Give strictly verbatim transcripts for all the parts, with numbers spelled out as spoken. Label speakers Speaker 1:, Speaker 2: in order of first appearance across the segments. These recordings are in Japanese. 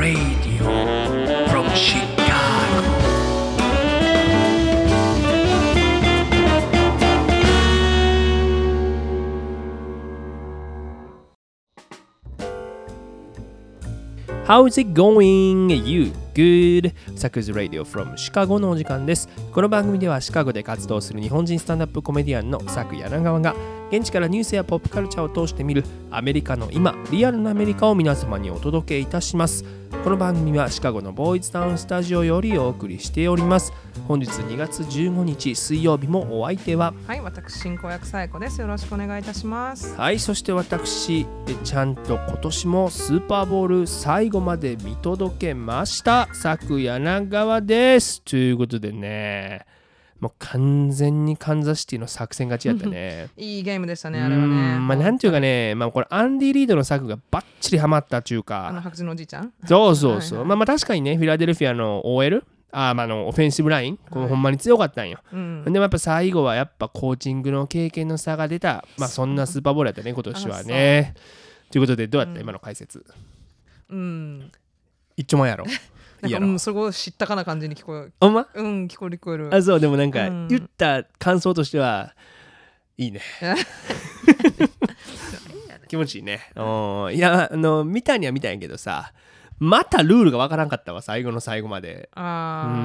Speaker 1: Radio from Chicago. How's it going? You good? サクズ Radio from Chicago のお時間です。この番組ではシカゴで活動する日本人スタンダップコメディアンのサク柳川が現地からニュースやポップカルチャーを通して見るアメリカの今、リアルなアメリカを皆様にお届けいたします。この番組はシカゴのボーイズタウンスタジオよりお送りしております。本日にがつじゅうごにち水曜日もお相手は
Speaker 2: はい、私進行役さえこです。よろしくお願いいたします。
Speaker 1: はい、そして私ちゃんと今年もスーパーボウル最後まで見届けましたサク柳川です。ということでね、もう完全にカンザシティの作戦勝ちやったね
Speaker 2: いいゲームでしたね、あれはね。
Speaker 1: まあなんていうかね、まあこれアンディ・リードの策がバッチリハマったっていうか、
Speaker 2: あの白人のおじいちゃん、
Speaker 1: そうそうそう、
Speaker 2: はいはい、
Speaker 1: まあまあ確かにね、フィラデルフィアの オーエル、あまあのオフェンシブライン、これほんまに強かったんよ、はい、うん、でもやっぱ最後はやっぱコーチングの経験の差が出た、まあそんなスーパーボウルやったね今年はね。ということでどうやった、うん、今の解説。うん一丁前やろ
Speaker 2: なんかうん、そこを知ったかな感じに聞こえる。
Speaker 1: ほんま？
Speaker 2: うん、聞こえる聞こえる。
Speaker 1: あ、そう、でもなんか言った感想としては、いいね気持ちいいね。おいや、あの見たには見たんやけどさ、またルールがわからんかったわ、最後の最後まで。あ、
Speaker 2: うん、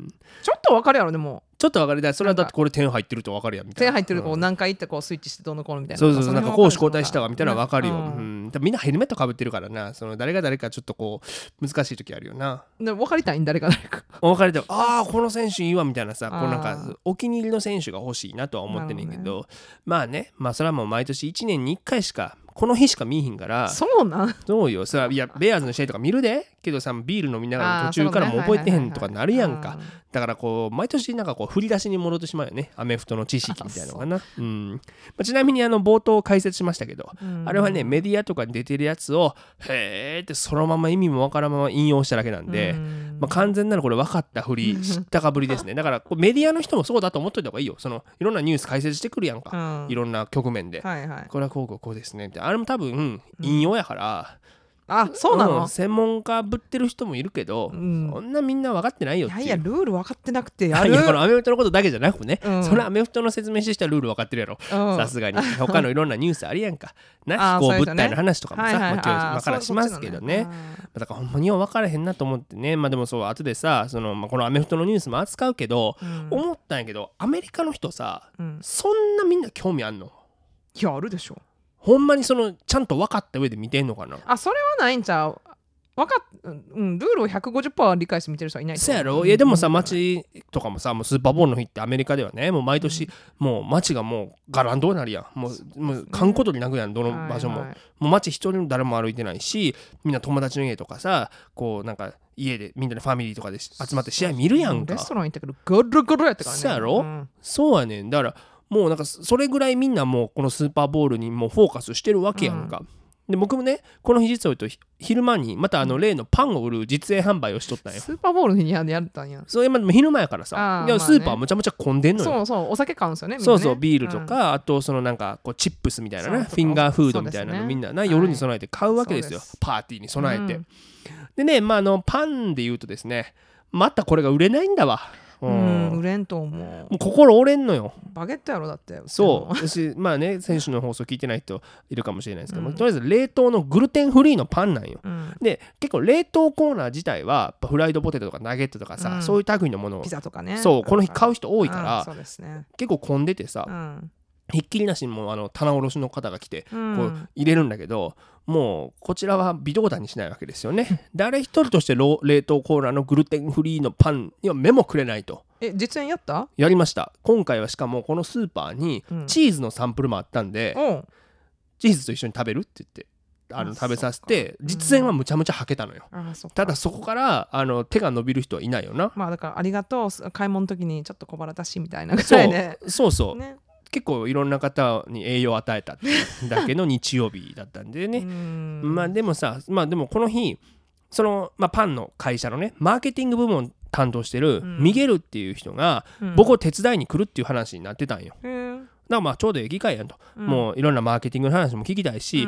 Speaker 2: ちょっとわかるやろ。でも
Speaker 1: ちょっとわかる。だそれはだってこれ点入ってるとわかるやんみたいな。
Speaker 2: 点入ってるとこう何回いってこうスイッチしてどうのこうのみたいな。
Speaker 1: そうそうそう、なんか攻守交代したわみたいなのわかるよ、
Speaker 2: うん
Speaker 1: うん、みんなヘルメットかぶってるからな、その誰が誰かちょっとこう難しい時あるよな。
Speaker 2: で分かりたいん誰が誰か
Speaker 1: 分かりたい。ああこの選手いいわみたいなさ、こうなんかお気に入りの選手が欲しいなとは思ってんねんけど、ね、まあね、まあそれはもう毎年いちねんにいっかいしかこの日しか見えひんから。
Speaker 2: そうなん
Speaker 1: そうよ。それはいやベアーズの試合とか見るでけどさ、ビール飲みながら途中からもう覚えてへんとかなるやんか。だからこう毎年なんかこう振り出しに戻ってしまうよね、アメフトの知識みたいなのかな。うん、まあ、ちなみにあの冒頭解説しましたけど、うん、あれはねメディアとかに出てるやつをへーってそのまま意味もわからんまま引用しただけなんで、うん、まあ、完全なるこれ分かったふり知ったかぶりですね。だからこうメディアの人もそうだと思っといた方がいいよ。そのいろんなニュース解説してくるやんか、うん、いろんな局面で、はいはい、これはこうこうこうですねって、あれも多分引用やから、うん、
Speaker 2: あ、そうなの、
Speaker 1: うん、専門家ぶってる人もいるけど、うん、そんなみんな分かってないよっていう。
Speaker 2: いやいやルール分かってなくてやる
Speaker 1: いやこのアメフトのことだけじゃなくね、うん、それアメフトの説明してしたらルール分かってるやろ、さすがに他のいろんなニュースありやんかな、飛行物体の話とかもさ、もちろん今からしますけどね。だからほんまによう分からへんなと思ってね。まあでもそう後でさ、その、まあ、このアメフトのニュースも扱うけど、うん、思ったんやけどアメリカの人さ、うん、そんなみんな興味あんの？
Speaker 2: いやあるでしょ。ほ
Speaker 1: んまにそのちゃんと分かった上で見てんのかな。
Speaker 2: あ、それはないんちゃう。分かっ、うん、ルールを ひゃくごじゅっパーセント 理解して見てる人はいない。
Speaker 1: そうやろ。いやでもさ、街とかもさ、もうスーパーボウルの日ってアメリカではね、もう毎年、うん、もう街がもうガランドになるやん。もうもう観光鳥になくやん、どの場所も、はいはい、もう街一人も誰も歩いてないし、みんな友達の家とかさ、こうなんか家でみんなでファミリーとかで集まって試合見るやんか。
Speaker 2: レストラン行ったけどガルガルやったからね。
Speaker 1: そうやろ、うん、そうやねん。だからもうなんかそれぐらいみんなもうこのスーパーボウルにもうフォーカスしてるわけやんか、うん、で僕もねこの日実を言うと昼間にまたあの例のパンを売る実演販売をしとったんよ。
Speaker 2: スーパーボウルにやったんや。
Speaker 1: そう、今でも昼間やからさ、いやスーパーむちゃむちゃ混んでんのよ。
Speaker 2: そうそう、お酒買うんですよね、みんなね。
Speaker 1: そうそう、ビールとか、うん、あとそのなんかこうチップスみたいなね、フィンガーフードみたいなのみんなな、夜に備えて買うわけですよ、はい、パーティーに備えて、うん、でね、まああのパンで言うとですね、またこれが売れないんだわ。
Speaker 2: うん、売れんと思う。も
Speaker 1: う心折れんのよ。
Speaker 2: バゲットやろだって。
Speaker 1: そう私まあね、選手の放送聞いてない人いるかもしれないですけど、うん、とりあえず冷凍のグルテンフリーのパンなんよ、うん、で結構冷凍コーナー自体はフライドポテトとかナゲットとかさ、うん、そういう類のものを
Speaker 2: ピザとかね、
Speaker 1: そうこの日買う人多いから、
Speaker 2: そうですね、
Speaker 1: 結構混んでてさ、うん、ひっきりなしにもうあの棚卸しの方が来てこう入れるんだけど、もうこちらは微動だにしないわけですよね誰一人として冷凍コーナーのグルテンフリーのパンには目もくれないと。
Speaker 2: え、実演やった？
Speaker 1: やりました。今回はしかもこのスーパーにチーズのサンプルもあったんで、うん、チーズと一緒に食べるって言ってあの食べさせて、実演はむちゃむちゃはけたのよ、うん、ただそこからあの手が伸びる人はいないよな。
Speaker 2: まあだからありがとう、買い物の時にちょっと小腹だしみたいなぐらいで、
Speaker 1: そうそうそう、ね、結構いろんな方に栄養を与えただけの日曜日だったんでねまあでもさ、まあでもこの日その、まあ、パンの会社のねマーケティング部門担当してるミゲルっていう人が僕を手伝いに来るっていう話になってたんよ、うん、だからまあちょうどいい機会やんと、うん、もういろんなマーケティングの話も聞きたいし、うん、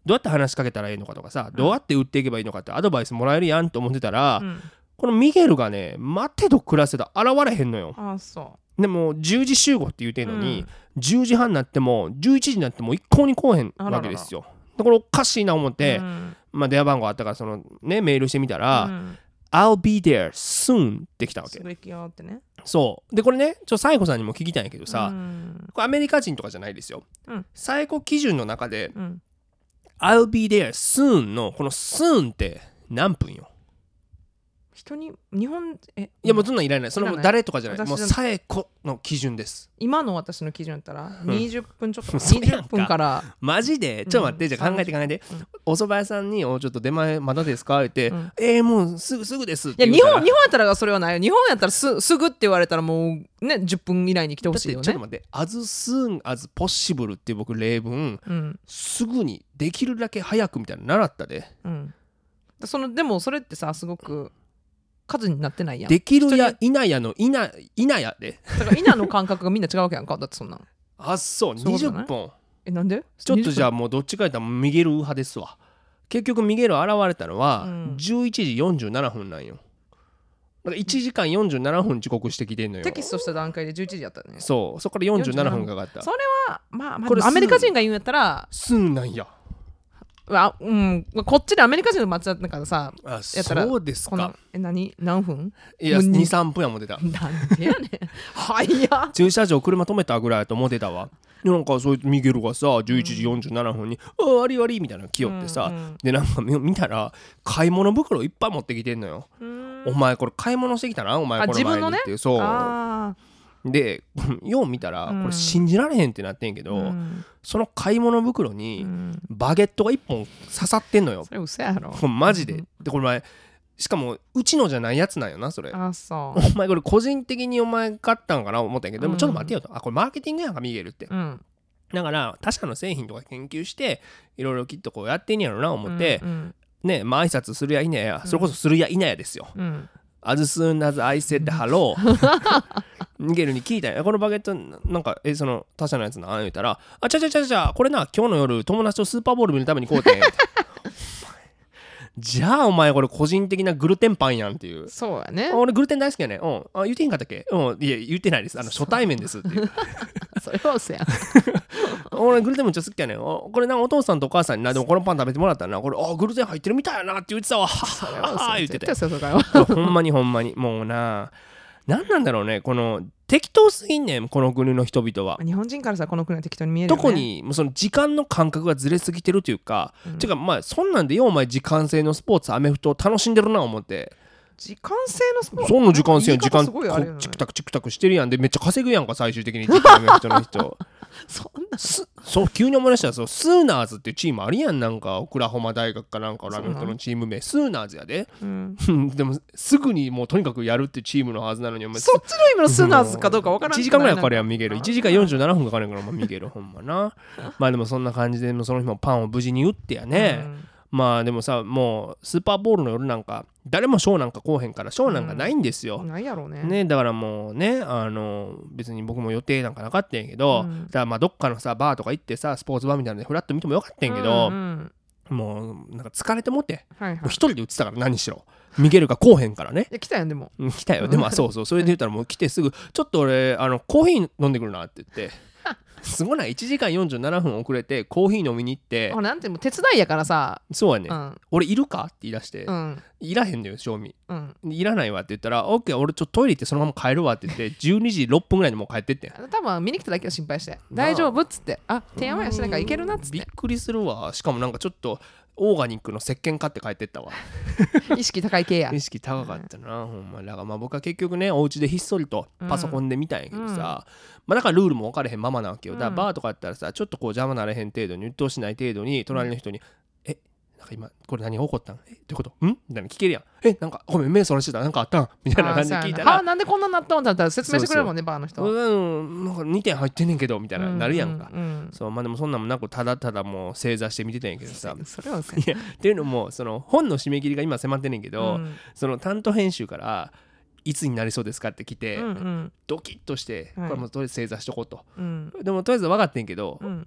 Speaker 1: どうやって話しかけたらいいのかとかさ、どうやって売っていけばいいのかってアドバイスもらえるやんと思ってたら、
Speaker 2: うん、
Speaker 1: このミゲルがね待てど暮らせど現れへんのよ。
Speaker 2: あそ
Speaker 1: でもじゅうじ集合って言うてんのに、
Speaker 2: うん、
Speaker 1: じゅうじはんになってもじゅういちじになっても一向に来おへんわけですよ。だからおかしいな思って、
Speaker 2: うん
Speaker 1: まあ、電話番号あったからその、ね、メールしてみたら、
Speaker 2: うん、
Speaker 1: I'll be there soon ってきたわけ。
Speaker 2: すぐ行くよってね。
Speaker 1: そうでこれねちょっとサイコさんにも聞きたいんやけどさ、
Speaker 2: うん、
Speaker 1: これアメリカ人とかじゃないですよ、
Speaker 2: うん、
Speaker 1: サイコ基準の中で、
Speaker 2: うん、
Speaker 1: I'll be there soon のこの soon って何分よ。
Speaker 2: 人に日本え
Speaker 1: いやもうそんなんいらない、そのもう誰とかじゃない、もう
Speaker 2: 私じゃ
Speaker 1: サイコの基準です。
Speaker 2: 今の私の基準だったら
Speaker 1: うん
Speaker 2: にじゅっぷんちょっと
Speaker 1: そうやんか
Speaker 2: にじゅっぷんから
Speaker 1: マジでちょっと待って、
Speaker 2: うん
Speaker 1: じゃあ考えて考えて、
Speaker 2: うん
Speaker 1: お蕎麦屋さんにおちょっと出前まだですかって言って、
Speaker 2: うん
Speaker 1: えー、もうすぐすぐですっ
Speaker 2: いや
Speaker 1: て言うたら
Speaker 2: 日本日本やったらそれはないよ。日本やったらすすぐって言われたらもうねじゅっぷん以内に来てほしいよね。
Speaker 1: だってちょっと待って as soon as possible っていう僕例文
Speaker 2: うん
Speaker 1: すぐにできるだけ早くみたいなの習ったで、
Speaker 2: うん。そのでもそれってさすごく数になってないやん。
Speaker 1: できるや否やのいないなやで
Speaker 2: だから稲の感覚がみんな違うわけやんか。だってそんなん。
Speaker 1: あそう
Speaker 2: そういうことじゃない
Speaker 1: にじゅっぷん
Speaker 2: えなんで？
Speaker 1: ちょっとじゃあ
Speaker 2: に
Speaker 1: もうどっちかやったらミゲル派ですわ。結局ミゲル現れたのは
Speaker 2: うん
Speaker 1: じゅういちじよんじゅうななふんなんよ。だからいちじかんよんじゅうななふん遅刻してきてんのよ。
Speaker 2: テキストした段階でじゅういちじやったね。
Speaker 1: そうそこからよんじゅうななふんかかった。
Speaker 2: それはまあ、ま
Speaker 1: これ
Speaker 2: あ、アメリカ人が言うんやったら
Speaker 1: すんなんや。
Speaker 2: あ、うん、こっちでアメリカ人の街だったからさ
Speaker 1: あ
Speaker 2: やったら
Speaker 1: そうです
Speaker 2: この
Speaker 1: か。
Speaker 2: え何何分
Speaker 1: いや
Speaker 2: もうに
Speaker 1: にさんぷんやもん出た。
Speaker 2: なんでやねんはいや
Speaker 1: 駐車場車止めたぐらいやと思ってたわ。でなんかそういうミゲルがさじゅういちじよんじゅうななふんに「ああありあり」みたいなの来よってさ、
Speaker 2: うんうん
Speaker 1: でなんか見見たら買い物袋いっぱい持ってきてんのよ。
Speaker 2: うーん
Speaker 1: お前これ買い物してきたなお前
Speaker 2: あ
Speaker 1: この前に
Speaker 2: 自分のね
Speaker 1: っていう、そう
Speaker 2: あ
Speaker 1: でよう見たら
Speaker 2: うん
Speaker 1: これ信じられへんってなってんけど、
Speaker 2: ーうん
Speaker 1: その買い物袋
Speaker 2: う
Speaker 1: に
Speaker 2: ん
Speaker 1: バゲットがいっぽん刺さってんのよ。
Speaker 2: それ嘘やろ
Speaker 1: これマジで、
Speaker 2: うん
Speaker 1: でこれ前しかもうちのじゃないやつなんよなそれ。
Speaker 2: あそ
Speaker 1: お前これ個人的にお前買ったんかな思ったんやけど、でもちょっと待ってよと、あこれマーケティングやんかミゲルって
Speaker 2: ううん
Speaker 1: だから他社の製品とか研究していろいろきっとこうやってんやろな思って、
Speaker 2: うん
Speaker 1: ねまあ挨拶するやいなや、
Speaker 2: うん
Speaker 1: それこそするやいなやですよ。
Speaker 2: うん
Speaker 1: As soon as I said hello ミゲルに聞いたんやこのバゲットなんかえその他社のやつな言うたらあちゃちゃちゃちゃこれな今日の夜友達とスーパーボール見るために買うてんじゃあお前これ個人的なグルテンパンやんっていう。
Speaker 2: そうやね
Speaker 1: あ俺グルテン大好きやねん、うん、あ言ってへんかったっけ、うん、いや言ってないですあの初対面ですっていう
Speaker 2: それは嘘やん
Speaker 1: 俺グルテンめっちゃ好きやねん、あこれなんかお父さんとお母さんになでもこのパン食べてもらったらなこれあグルテン入ってるみたいやなって言ってたわ
Speaker 2: それは嘘
Speaker 1: 言ってて
Speaker 2: 絶対嘘だよ
Speaker 1: ほんまにほんまにもうな何なんだろうねこの適当すぎんねんこの国の人々は。
Speaker 2: 日本人からさこの国は適当に見えるよね
Speaker 1: 特にもうその時間の感覚がずれすぎてるというか、
Speaker 2: うん
Speaker 1: てかまあそんなんでよお前時間制のスポーツアメフト楽しんでるな思って
Speaker 2: 時間制のスポーツ
Speaker 1: そんな時間制やん時間
Speaker 2: すごいあれよね
Speaker 1: チクタクチクタクしてるやんでめっちゃ稼ぐやんか最終的に時間アメフトの人
Speaker 2: そんな
Speaker 1: すそう急に思い出したらそうスーナーズっていうチームあるやんなんかオクラホマ大学かなんかのアメフトのチーム名スーナーズやで
Speaker 2: うん
Speaker 1: でもすぐにもうとにかくやるっていうチームのはずなのにお前
Speaker 2: そっちの意味のスナーズかどうかわからん
Speaker 1: いちじかんぐらいかかるやん
Speaker 2: ん
Speaker 1: ミゲルいちじかんよんじゅうななふんかかるやんからお前ミゲルほんまなまあでもそんな感じでその日もパンを無事に打ってやね、まあでもさもうスーパーボールの夜なんか誰もショーなんか来おへんからショーなんかないんですよ、
Speaker 2: ないやろうね
Speaker 1: ね、だからもうねあの別に僕も予定なんかなかったんやけど、
Speaker 2: うん
Speaker 1: だからまあどっかのさバーとか行ってさスポーツバーみたいなのでフラッと見てもよかったんやけど、
Speaker 2: うんうん
Speaker 1: もうなんか疲れてもって
Speaker 2: はいはい
Speaker 1: もう一人で打ってたから何しろミゲルが来おへんからね
Speaker 2: いや来たやんでも
Speaker 1: うん来たよでもあそうそうそれで言ったらもう来てすぐちょっと俺あのコーヒー飲んでくるなって言ってすごないいちじかんよんじゅうななふん遅れてコーヒー飲みに行って
Speaker 2: あなんてもう手伝いやからさ
Speaker 1: そうやね、
Speaker 2: うん
Speaker 1: 俺いるかって言い出して、
Speaker 2: うん
Speaker 1: いらへんのよ正味
Speaker 2: うん
Speaker 1: いらないわって言ったらオッケー俺ちょっとトイレ行ってそのまま帰るわって言ってじゅうにじろっぷんぐらいにもう帰ってってん
Speaker 2: 多分見に来ただけを心配して大丈夫っつってあ提案はしないからいけるなっつっ
Speaker 1: びってくりするわしかもなんかちょっとオーガニックの石鹸買って帰ってったわ
Speaker 2: 意識高い系や
Speaker 1: 意識高かったな、ほんまだからまあ僕は結局ねお家でひっそりとパソコンで見たんやけどさ、
Speaker 2: うん
Speaker 1: まあだからルールも分かれへんままなわけよ、
Speaker 2: うん
Speaker 1: だからバーとかやったらさちょっとこう邪魔なれへん程度に鬱陶しない程度に隣の人に、えなんか今これ何が起こったんえってことんみたいな聞けるやんえなんかごめん目そらしてたなんかあったんみたいな感じで聞いたら
Speaker 2: あなんでこんなになったんだったら説明してくれるもんねバーの人
Speaker 1: うんなんかにてん入ってんねんけどみたいな、なるやんか、
Speaker 2: ううん
Speaker 1: そうまあでもそんなんもなくただただもう正座して見てたんやけどさ
Speaker 2: それは嘘
Speaker 1: いやっていうのもその本の締め切りが今迫ってんねんけど、
Speaker 2: うん
Speaker 1: その担当編集からいつになりそうですかって来て、
Speaker 2: うんうん
Speaker 1: ドキッとして、
Speaker 2: はい
Speaker 1: これもうとりあえず正座しとこうと
Speaker 2: うん
Speaker 1: でもとりあえず分かってんけど、
Speaker 2: うん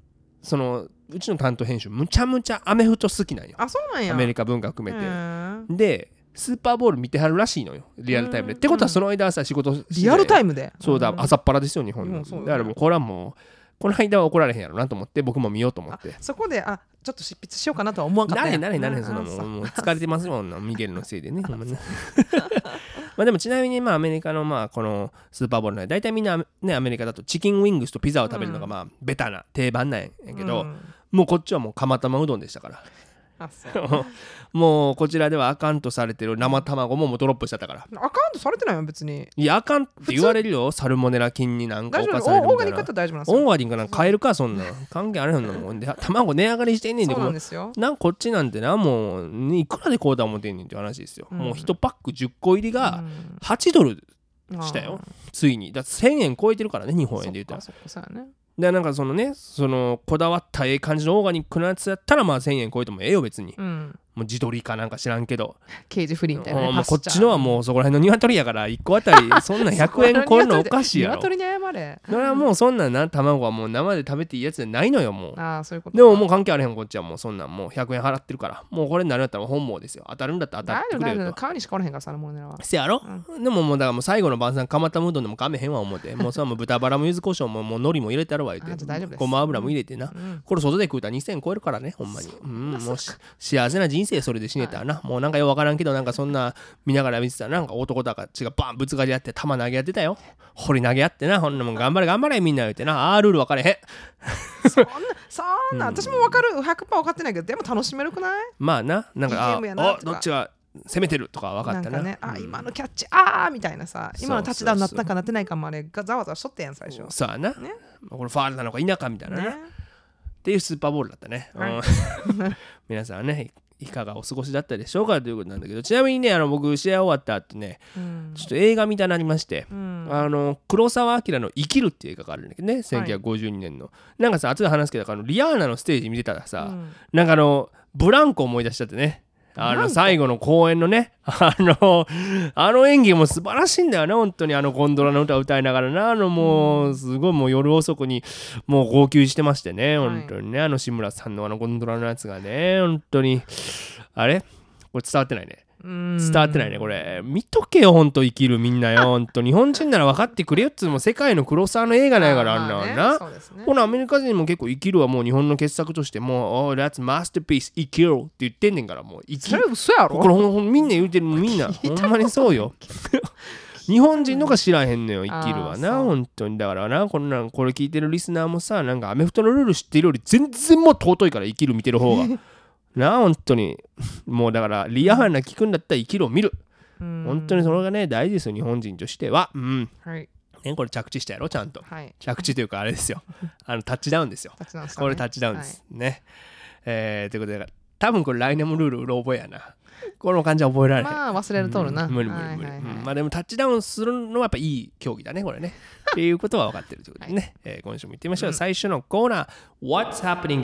Speaker 1: そのうちの担当編集むちゃむちゃアメフト好きなんよ。
Speaker 2: あ、そうなんや。
Speaker 1: アメリカ文化含めて、
Speaker 2: へー
Speaker 1: でスーパーボール見てはるらしいのよリアルタイムで。
Speaker 2: うん
Speaker 1: ってことはその間はさ仕事して
Speaker 2: リアルタイムで。
Speaker 1: そうだ、
Speaker 2: ん
Speaker 1: 朝っぱらですよ日本の、
Speaker 2: うんそうよね
Speaker 1: だからもうこれはもうこの間は怒られへんやろなと思って僕も見ようと思っ
Speaker 2: あ
Speaker 1: て。
Speaker 2: そこであちょっと執筆しようかなとは思わんかったんや。
Speaker 1: なれなれなれその
Speaker 2: うんそう
Speaker 1: もうもう疲れてますもんなミゲルのせいでねほんまねまあでもちなみにまあアメリカのまあこのスーパーボールね大体みんなねアメリカだとチキンウィングスとピザを食べるのがまあベタな定番なんやけど、
Speaker 2: うん
Speaker 1: もうこっちはもう釜玉うどんでしたから
Speaker 2: あそう
Speaker 1: もうこちらではあかんとされてる生卵ももうドロップしちゃったから。
Speaker 2: アカウントされてないよ別に。
Speaker 1: いやあかんって言われるよサルモネラ菌になんか
Speaker 2: 大丈夫
Speaker 1: 侵されるみたいな。
Speaker 2: オーガニックだったら大丈夫なんですよ。
Speaker 1: オーガニックなんか買えるかそんなん関係あれへんのもんで卵値上がりしてんねんで
Speaker 2: そう
Speaker 1: この
Speaker 2: なんですよ。
Speaker 1: なんこっちなんてなもうねいくらで買うた思ってんねんっていう話ですよ、
Speaker 2: うん
Speaker 1: もういちパックじゅっこ入りが
Speaker 2: うん
Speaker 1: はちドル
Speaker 2: あー
Speaker 1: したよ、ついにだってせんえん超えてるからね日本円で言ったら。
Speaker 2: そっかそっかそうやね。
Speaker 1: でなんかそのねそのこだわったええ感じのオーガニックなやつやったらまあせんえん超えてもええよ別に、
Speaker 2: うん。
Speaker 1: もう地鶏かなんか知らんけど、
Speaker 2: ケージフリーみたいなね。
Speaker 1: もうこっち
Speaker 2: パスチャー
Speaker 1: のはもうそこら辺の鶏やからいっこあたりそんなひゃくえん超えるのおかしいやろ。
Speaker 2: 鶏に謝れ。
Speaker 1: それはもうそんなんな卵はもう生で食べていいやつじゃないのよもう。
Speaker 2: ああそういうことか。
Speaker 1: でももう関係あれへんこっちはもうそんなんもうひゃくえん払ってるからもうこれになるんだったら本望ですよ。当たるんだったら当た
Speaker 2: 大丈夫大丈夫。
Speaker 1: ってくれよと。
Speaker 2: 川にしかおらへんからサルモネラは。
Speaker 1: せやろ、でももうだからもう最後の晩餐釜玉うどんでもかめへんわ思ってもうそれはもう豚バラも柚子胡椒ももう海苔も入れてあるわ言
Speaker 2: あじゃあ
Speaker 1: って
Speaker 2: 大丈夫です
Speaker 1: ごま油も入れてな、
Speaker 2: うん
Speaker 1: これ外で食うたらにせんえん超えるからねほんまに、うん、もうし幸せな人生それで死ねたらな、もうなんかようわからんけどなんかそんな見ながら見てたらなんか男だか血がバンぶつかり合って球投げ合ってたよ。掘り投げ合ってなほんなもん頑張れ頑張れみんな言ってなあールール分かれへん
Speaker 2: そんなそんな私も分かる ひゃくパーセント 分かってないけどでも楽しめるくない？
Speaker 1: まあななんか
Speaker 2: いいゲームやなとか
Speaker 1: あおどっちが攻めてるとか分かったな。
Speaker 2: なんかね、あ
Speaker 1: うん
Speaker 2: 今のキャッチあーみたいなさ
Speaker 1: そう
Speaker 2: 今のタッチダウンなったかなってないかもあれがざわざわしとったやん最初。
Speaker 1: さあな、
Speaker 2: ね
Speaker 1: これファールなのか否かみたいなな、
Speaker 2: ね
Speaker 1: っていうスーパーボールだったね、
Speaker 2: はい
Speaker 1: うん皆さんはねいかがお過ごしだったでしょうかということなんだけど、ちなみにねあの僕試合終わった後ね
Speaker 2: うん
Speaker 1: ちょっと映画見たなりまして、
Speaker 2: うん
Speaker 1: あの黒澤明の「生きる」っていう映画があるんだけどねせんきゅうひゃくごじゅうにねんの、なんかさ後で話すけどあのリアーナのステージ見てたらさ、
Speaker 2: うん
Speaker 1: なんかあのブランコ思い出しちゃってねあの
Speaker 2: ブランコ
Speaker 1: 最後の公演のねあのあの演技も素晴らしいんだよね本当にあのゴンドラの歌を歌いながらなあのもうすごいもう夜遅くにもう号泣してましてね
Speaker 2: はい
Speaker 1: 本当にねあの志村さんのあのゴンドラのやつがね本当にあれこれ伝わってないね
Speaker 2: うん
Speaker 1: 伝わってないねこれ見とけよほんと生きるみんなよほんと日本人なら分かってくれよっつうも世界の黒沢の映画なんやからあんなの
Speaker 2: まあね
Speaker 1: な、
Speaker 2: そうですね
Speaker 1: このアメリカ人も結構生きるはもう日本の傑作としてもう「Oh that's masterpiece 生きる」って言ってんねんからもう生き
Speaker 2: それ嘘やろ
Speaker 1: これほんほんみんな言うてるみんなほんまにそうよ日本人のが知らへんのよ生きるはな
Speaker 2: あーそう
Speaker 1: 本当にだからなこんなんこれ聞いてるリスナーもさなんかアメフトのルール知ってるより全然もう尊いから生きる見てる方がなあ本当にもうだからリアハンな聞くんだったら生きるを見る
Speaker 2: うん
Speaker 1: 本当にそれがね大事ですよ日本人としてはうん
Speaker 2: はい
Speaker 1: ねこれ着地したやろちゃんと
Speaker 2: はい
Speaker 1: 着地というかあれですよあのタッチダウンですよ
Speaker 2: タッチダウンしたね
Speaker 1: これタッチダウンです、ねえー、ということで多分これ来年もルールうろ覚えやなこの感じは覚えられへん、
Speaker 2: まあ忘れるとおるな、
Speaker 1: うん無理無理無理、
Speaker 2: はいはいはい
Speaker 1: うんまあでもタッチダウンするのはやっぱいい競技だねこれねっていうことは分かってるということでね、えー今週も行ってみましょう、最初のコーナー What's Happening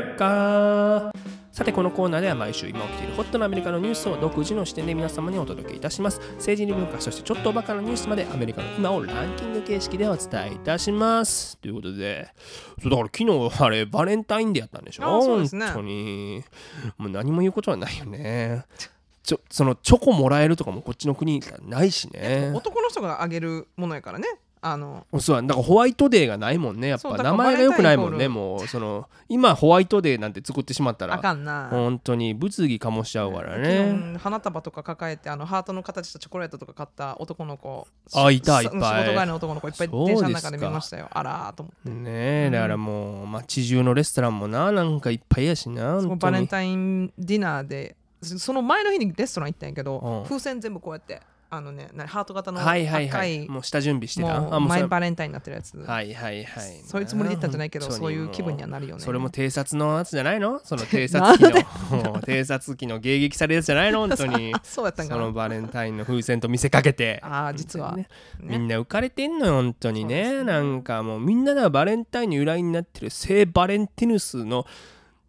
Speaker 1: America さてこのコーナーでは毎週今起きているホットなアメリカのニュースを独自の視点で皆様にお届けいたします政治に文化そしてちょっとおバカなニュースまでアメリカの今をランキング形式でお伝えいたしますということでそうだから昨日あれバレンタインデーやったんでしょ
Speaker 2: あそうですね
Speaker 1: 本当にもう何も言うことはないよねちょそのチョコもらえるとかもこっちの国ないしね
Speaker 2: 男の人があげるものやからねあの
Speaker 1: そうだからホワイトデーがないもんねやっぱ
Speaker 2: そうだから
Speaker 1: 名前が良くないもんね
Speaker 2: バレンタインイコール
Speaker 1: もうその今ホワイトデーなんて作ってしまった
Speaker 2: あ
Speaker 1: ら
Speaker 2: かんな
Speaker 1: 本当に物議かもしちゃうからね
Speaker 2: 昨日花束とか抱えてあのハートの形したチョコレートとか買った男の子
Speaker 1: あいたいっぱい
Speaker 2: 仕事帰りの男の子いっぱい
Speaker 1: そうですか
Speaker 2: 電車の中で見ましたよあらーと思って
Speaker 1: ねえだからもう街中のレストランもななんかいっぱいやしな
Speaker 2: その
Speaker 1: 本当に
Speaker 2: バレンタインディナーでその前の日にレストラン行ったんやけど、
Speaker 1: うん
Speaker 2: 風船全部こうやってあのねなハート型の赤
Speaker 1: はいいはいはいもう下準備してた
Speaker 2: もう
Speaker 1: あもうそれ
Speaker 2: マイバレンタインになってるやつ、
Speaker 1: はいはいはい
Speaker 2: そういうつもりで言ったんじゃないけど
Speaker 1: 本当に
Speaker 2: そういう気分にはなるよね
Speaker 1: それも偵察のやつじゃないのその偵察機のもう偵察機の迎撃されるやつじゃないの本当に
Speaker 2: そうやったんかな
Speaker 1: そのバレンタインの風船と見せかけて
Speaker 2: ああ実は、
Speaker 1: ね
Speaker 2: ね
Speaker 1: みんな浮かれてんのよ本当にね
Speaker 2: そうですね
Speaker 1: なんかもうみんながバレンタインの由来になってる聖バレンティヌスの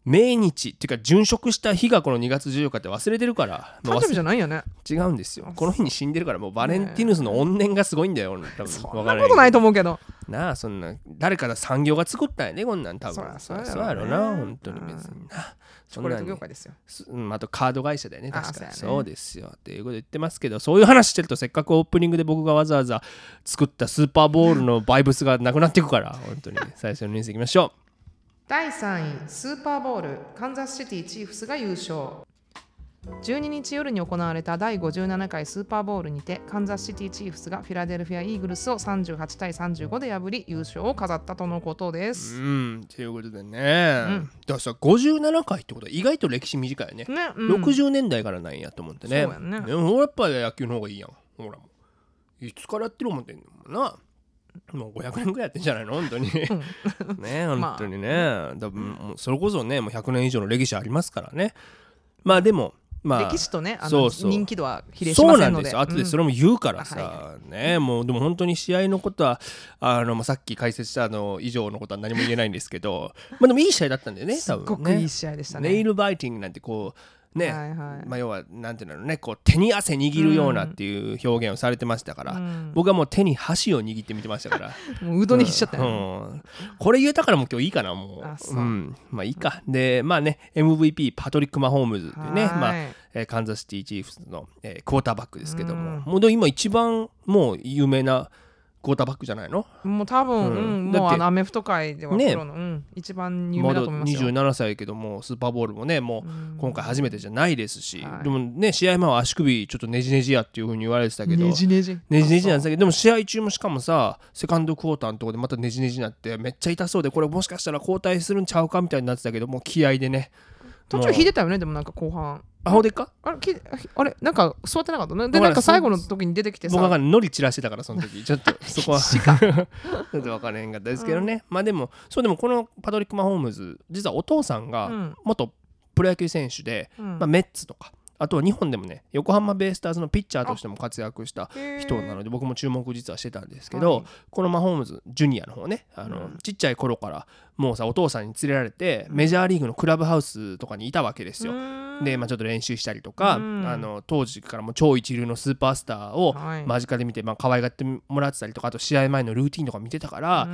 Speaker 1: 命日っていうか殉職した日がこのにがつじゅうよっかって忘れてるから。
Speaker 2: 誕生日じゃないよね。
Speaker 1: 違うんですよ。この日に死んでるから、もうバレンティヌスの怨念がすごいんだよ。多分
Speaker 2: そんなことないと思うけど
Speaker 1: なあ、そんな誰かが産業が作ったんやね、こんなん多分。
Speaker 2: そりゃ
Speaker 1: そうやろな、本当に別にな。
Speaker 2: チョコレート業界ですよ。
Speaker 1: うん、あとカード会社だよね、確かに。
Speaker 2: そうやね、
Speaker 1: そうですよっていうこと言ってますけど、そういう話してるとせっかくオープニングで僕がわざわざ作ったスーパーボールのバイブスがなくなっていくから本当に最初のニュースいきましょう。
Speaker 2: だいさんい、スーパーボール、カンザスシティチーフスが優勝。じゅうににち夜に行われただいごじゅうななかいスーパーボールにて、カンザスシティチーフスがフィラデルフィアイーグルスをさんじゅうはちたいさんじゅうごで破り優勝を飾ったとのことです。
Speaker 1: うん、ということでね、うん、だからさごじゅうななかいってことは意外と歴史短いよね。ね、うん、ろくじゅうねんだいからなんやと思ってね。
Speaker 2: そうやね。
Speaker 1: でもやっぱり野球の方がいいやん。ほらもういつからやってる思ってんのもんな。もうごひゃくねんぐらいやってんじゃないの本当にね、本当にね、まあ、だもうそれこそねもうひゃくねん以上の歴史ありますからね。まあでもまあ、
Speaker 2: 歴史とね、あの
Speaker 1: そうそう
Speaker 2: 人気度は比例しませんので。
Speaker 1: そうなんですよ。後でそれも言うからさ、うんはい、ね、もうでも本当に試合のことはあの、まあ、さっき解説したの以上のことは何も言えないんですけどまあでもいい試合だったんだよね、多分ね。
Speaker 2: すごくいい試合でしたね。
Speaker 1: ネイルバイティングなんてこうね、はいはい、まあ、要はなんていうのね、こう手に汗握るようなっていう表現をされてましたから、うん、僕はもう手に箸を握って見てましたから
Speaker 2: もううどんにしちゃったよ、ね、
Speaker 1: うんうん、これ言えたからもう今日いいかな、もう、あ、そう、うん、まあいいか。でまあね エムブイピー パトリック・マホームズっていうね、まあえー、カンザスシティチーフスの、えー、クォーターバックですけども、うん、もう今一番もう有名なクォーターバックじゃないの？も
Speaker 2: う多分、うんうん、もうあのアメフト界ではプロの、ね、うん、一番有名だと思いますよ。
Speaker 1: まだにじゅうななさいけどもスーパーボールもねもう今回初めてじゃないですし、うん、でもね試合前は足首ちょっとねじねじやっていう風に言われてたけど
Speaker 2: ねじねじ
Speaker 1: ねじねじなんですけど、でも試合中もしかもさセカンドクォーターのところでまたねじねじになってめっちゃ痛そうで、これもしかしたら交代するんちゃうかみたいになってたけどもう気合でね
Speaker 2: 途中引いてたよね。でもなんか後半
Speaker 1: あほでか
Speaker 2: あれきあれなんか座ってなかったね。でなんか最後の時に出てきてさ、
Speaker 1: 僕がノリ散らしてたからその時ちょっとそこはちょっと分からへんかったですけどね、うん、まあでもそうでもこのパトリック・マホームズ実はお父さんが元プロ野球選手で、うんまあ、メッツとかあとは日本でもね横浜ベイスターズのピッチャーとしても活躍した人なので僕も注目実はしてたんですけど、はい、このマホームズジュニアの方ねあの、うん、ちっちゃい頃からもうさお父さんに連れられてメジャーリーグのクラブハウスとかにいたわけですよ。で、まあ、ちょっと練習したりとか、うん、あの当時からも超一流のスーパースターを間近で見て、まあ、可愛がってもらってたりとか、あと試合前のルーティンとか見てたから、うん、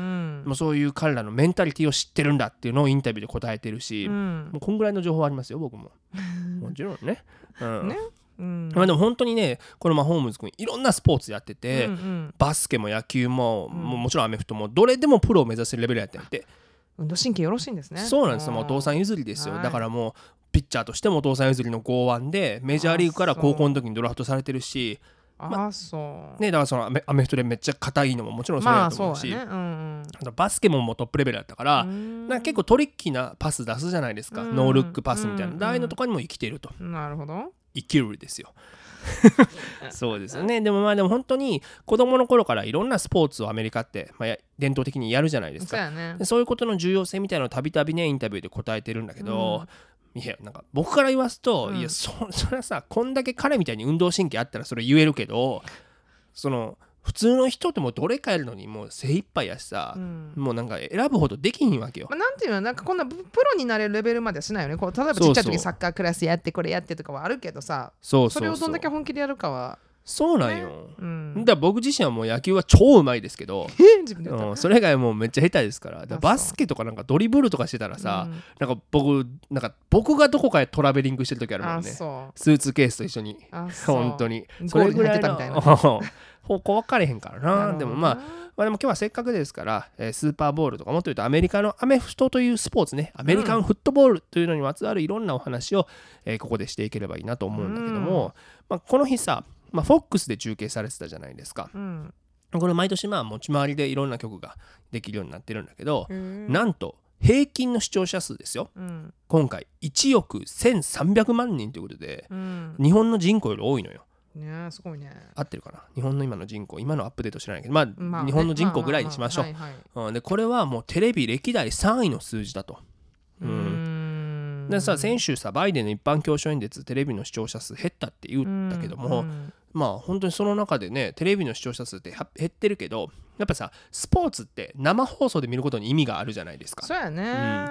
Speaker 1: もうそういう彼らのメンタリティを知ってるんだっていうのをインタビューで答えてるし、うん、もうこんぐらいの情報ありますよ僕ももちろんね、うんね、うんまあ、でも本当にねこのマホームズ君いろんなスポーツやってて、うんうん、バスケも野球も、うん、も, もちろんアメフトもどれでもプロを目指せるレベルやってて、
Speaker 2: 運動神経よろしいんですね。
Speaker 1: そうなんですよ。もうお父さん譲りですよ、はい、だからもうピッチャーとしてもお父さん譲りの剛腕でメジャーリーグから高校の時にドラフトされてるし、
Speaker 2: あ、まあそう
Speaker 1: ね、だからそのアメ、アメフトでめっちゃ硬いのももちろんそうだと思うし、まあそうだね、うんうん、あとバスケももうトップレベルだったからなんか結構トリッキーなパス出すじゃないですか、ノールックパスみたいな、ああいうのとかにも生きていると。
Speaker 2: なるほど、
Speaker 1: 生きるですよそうですよね。でもまあでも本当に子供の頃からいろんなスポーツをアメリカって、まあ、伝統的にやるじゃないですか。
Speaker 2: そうやね、
Speaker 1: でそういうことの重要性みたいなのをたびたびねインタビューで答えてるんだけど、うん、いやなんか僕から言わすと、うん、いや そ, それはさこんだけ彼みたいに運動神経あったらそれ言えるけど、その普通の人ってもうどれかやるのにもう精一杯やしさ、うん、もうなんか選ぶほどできひんわけよ、
Speaker 2: まあ、なんていうのなんかこんなプロになれるレベルまではしないよね。こう例えばちっちゃい時サッカークラスやってこれやってとかはあるけどさ、
Speaker 1: そうそうそう
Speaker 2: それをどんだけ本気でやるかは
Speaker 1: そうなんよ、ね、うん、だから僕自身はもう野球は超うまいですけど
Speaker 2: 自分で言った、
Speaker 1: うん、それ以外もうめっちゃ下手ですから。だからバスケとかなんかドリブルとかしてたらさ、うん、なんか僕なんか僕がどこかへトラベリングしてる時あるもんね。スーツケースと一緒に本当にそれぐらいの方向分かれへんからな。でもまあまあ、でも今日はせっかくですから、えー、スーパーボールとかもっと言うとアメリカのアメフトというスポーツね、アメリカンフットボールというのにまつわるいろんなお話を、えー、ここでしていければいいなと思うんだけども、まあ、この日さ、まあ、フォックスで中継されてたじゃないですか、うん、これ毎年まあ持ち回りでいろんな曲ができるようになってるんだけど、なんと平均の視聴者数ですよ、うん、今回いちおくせんさんびゃくまんにんということで、うん、日本の人口より多いのよ。
Speaker 2: ね、すごいね。
Speaker 1: 合ってるかな、日本の今の人口、今のアップデート知らないけど、まあ、まあね、日本の人口ぐらいにしましょう。でこれはもうテレビ歴代さんいの数字だと。うん、うーんでさ先週さバイデンの一般教書演説テレビの視聴者数減ったって言ったけども、まあ本当にその中でねテレビの視聴者数って減ってるけど、やっぱさスポーツって生放送で見ることに意味があるじゃないですか。
Speaker 2: そうやね、
Speaker 1: うん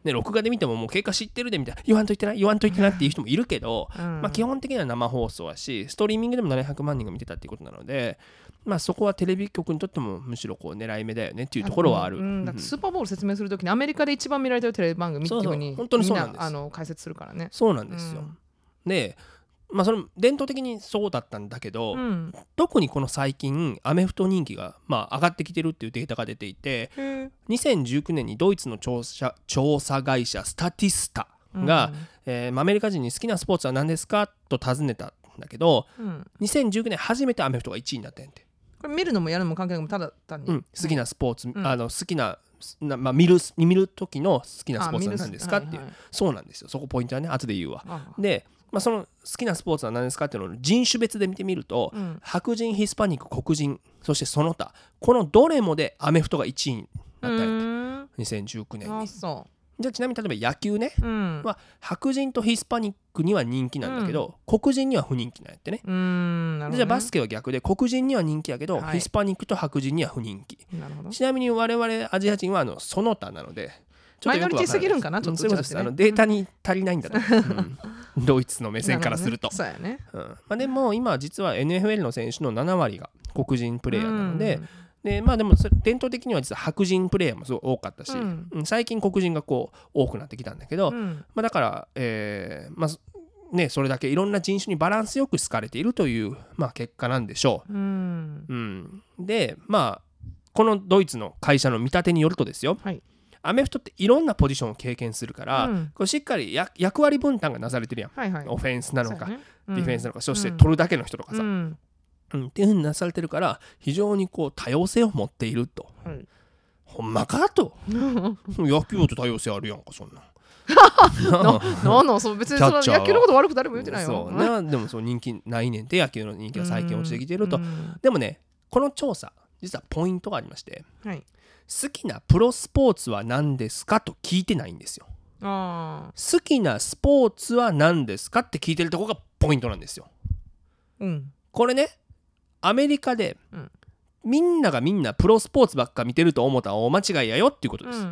Speaker 1: ね、録画で見てももう結果知ってるでみたいな、言わんといてな言わんといてなっていう人もいるけど、
Speaker 2: うん
Speaker 1: まあ、基本的には生放送やし、ストリーミングでもななひゃくまんにんが見てたっていうことなので、まあ、そこはテレビ局にとってもむしろこう狙い目だよねっていうところはある。
Speaker 2: うんうん、だってスーパーボール説明するときにアメリカで一番見られてるテレビ番組っていうふうに、
Speaker 1: そうそう本当にそうなんです。
Speaker 2: みんなあの解説するからね。
Speaker 1: そうなんですよ、うん、で、まあ、その伝統的にそうだったんだけど、
Speaker 2: うん、
Speaker 1: 特にこの最近アメフト人気がまあ上がってきてるっていうデータが出ていて、にせんじゅうきゅうねんにドイツの調査、調査会社スタティスタが、うんえー、アメリカ人に好きなスポーツは何ですかと尋ねたんだけど、うん、にせんじゅうきゅうねん初めてアメフトがいちいになったんやて。
Speaker 2: これ見るのもやるのも関係なくただ単に、
Speaker 1: うん、好きなスポーツ、うん、あの好きなな、まあ、見る見る時の好きなスポーツは何ですかっていう、はいはい、そうなんですよ。そこポイントはね、後で言うわ。で、まあ、その好きなスポーツは何ですかっていうのを人種別で見てみると、うん、白人、ヒスパニック、黒人、そしてその他、このどれもでアメフトがいちいになったんやて、にせんじゅうきゅうねんに。
Speaker 2: あ、そう
Speaker 1: じゃあちなみに例えば野球ね、
Speaker 2: うん、
Speaker 1: は白人とヒスパニックには人気なんだけど、うん、黒人には不人気なんやってね。
Speaker 2: うーん、なるほどね。
Speaker 1: じゃあバスケは逆で、黒人には人気やけど、はい、ヒスパニックと白人には不人気。なるほど。ちなみに我々アジア人はあのその他なので、
Speaker 2: ちょっとよくわからない。マイノリティすぎるんかな、ちょっと、ね、
Speaker 1: そういうことです。あのデータに足りないんだと、うん、ドイツの目線からすると。
Speaker 2: ね、そうやね。
Speaker 1: うん、まあ、でも今実は エヌエフエル の選手のななわりが黒人プレイヤーなので、うんでまあ、でも伝統的には実は白人プレイヤーもすごい多かったし、うん、最近黒人がこう多くなってきたんだけど、うんまあ、だから、えーまあね、それだけいろんな人種にバランスよく好かれているという、まあ、結果なんでしょう、うんうん、でまあこのドイツの会社の見立てによるとですよ、はい、アメフトっていろんなポジションを経験するから、うん、これしっかりや役割分担がなされてるやん、はいはい、オフェンスなのか、ねうん、ディフェンスなのか、そして取るだけの人とかさ、うんうん、っていう風になされてるから非常にこう多様性を持っていると、はい、ほんまかと野球って多様性あるやんかそんなななそう別にその野球のこと悪く誰も言ってないよ。そうなでもそう人気ないねんって野球の人気が最近落ちてきてると。でもねこの調査実はポイントがありまして、はい、好きなプロスポーツは何ですかと聞いてないんですよ。あ好きなスポーツは何ですかって聞いてるところがポイントなんですよ、うん、これねアメリカで、うん、みんながみんなプロスポーツばっか見てると思ったら大間違いやよっていうことです、うんうん、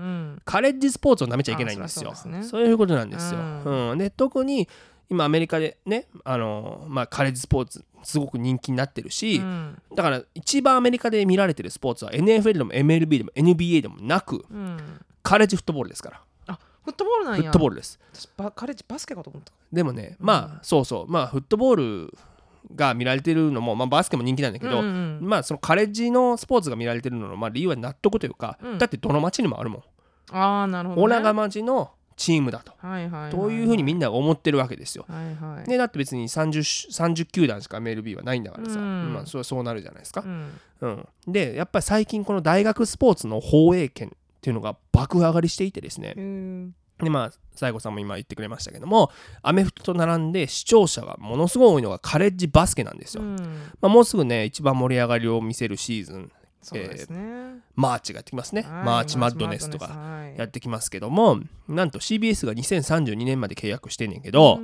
Speaker 1: カレッジスポーツを舐めちゃいけないんですよ。 そうですね、そういうことなんですよ、うんうん、で特に今アメリカでねあの、まあ、カレッジスポーツすごく人気になってるし、うん、だから一番アメリカで見られてるスポーツは エヌエフエル でも エムエルビー でも エヌビーエー でもなく、うん、カレッジフットボールですから。
Speaker 2: あフットボールなんや。
Speaker 1: フットボールです。
Speaker 2: 私バカレッジバスケかと思った。で
Speaker 1: もねまあ、うん、そうそうまあフットボールが見られてるのも、まあ、バスケも人気なんだけど、うんうんまあ、そのカレッジのスポーツが見られてるのの、まあ、理由は納得というか、うん、だってどの町にもあるもん。
Speaker 2: あーなるほど、ね、
Speaker 1: オラガ町のチームだと、はいはいはいはい、というふうにみんなが思ってるわけですよ、はいはいね、だって別に 30, 30球団しか エムエルビー はないんだからさ、うんまあ、それはそうなるじゃないですか、うんうん、でやっぱり最近この大学スポーツの放映権っていうのが爆上がりしていてですね、うんでまあ西郷さんも今言ってくれましたけどもアメフトと並んで視聴者がものすごい多いのがカレッジバスケなんですよ、うんまあ、もうすぐね一番盛り上がりを見せるシーズンそうですね、えー、マーチがやってきますね、はい、マーチマッドネスとかやってきますけども、はい、なんと シービーエス がにせんさんじゅうにねんまで契約してんねんけど、うん、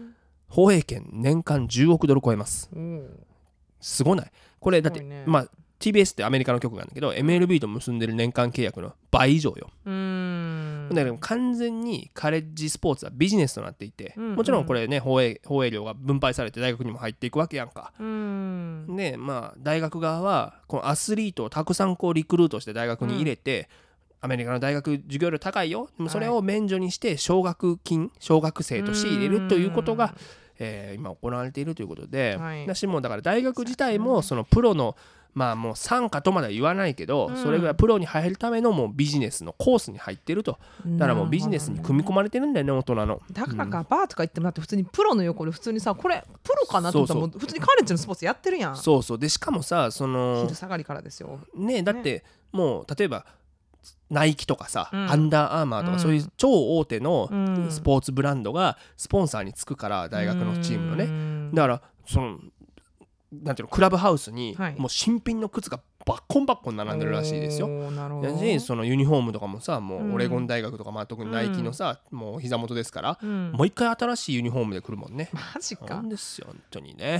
Speaker 1: 放映権年間じゅうおくドル超えます、うん、すごないこれだって、ね、まあティービーエス ってアメリカの局なんだけど エムエルビー と結んでる年間契約の倍以上よ。うーんだから完全にカレッジスポーツはビジネスとなっていて、うんうん、もちろんこれね放映、放映料が分配されて大学にも入っていくわけやんか。うーんでまあ大学側はこのアスリートをたくさんこうリクルートして大学に入れて、うん、アメリカの大学授業料高いよでもそれを免除にして奨学金奨学生として入れるということが、えー、今行われているということで、はい、私もだから大学自体もそのプロのまあもう参加とまでは言わないけど、うん、それぐらいプロに入るためのもうビジネスのコースに入ってるとだからもうビジネスに組み込まれてるんだよね大人の
Speaker 2: だからか、うん、バーとか行ってもだって普通にプロの横で普通にさこれプロかなと思ったらもう普通にカレッジのスポーツやってるやん。
Speaker 1: そうそうでしかもさその
Speaker 2: 昼下がりからですよ
Speaker 1: ねだってもう例えばナイキとかさ、うん、アンダーアーマーとか、うん、そういう超大手のスポーツブランドがスポンサーにつくから大学のチームのね、うん、だからそのなんていうのクラブハウスにもう新品の靴がバッコンバッコン並んでるらしいですよ。だしそのユニフォームとかもさもうオレゴン大学とか、まあ、特にナイキのさ、うん、もう膝元ですから、うん、もう一回新しいユニフォームで来るもんね。
Speaker 2: マジか。
Speaker 1: なんですよ本当にね。
Speaker 2: いや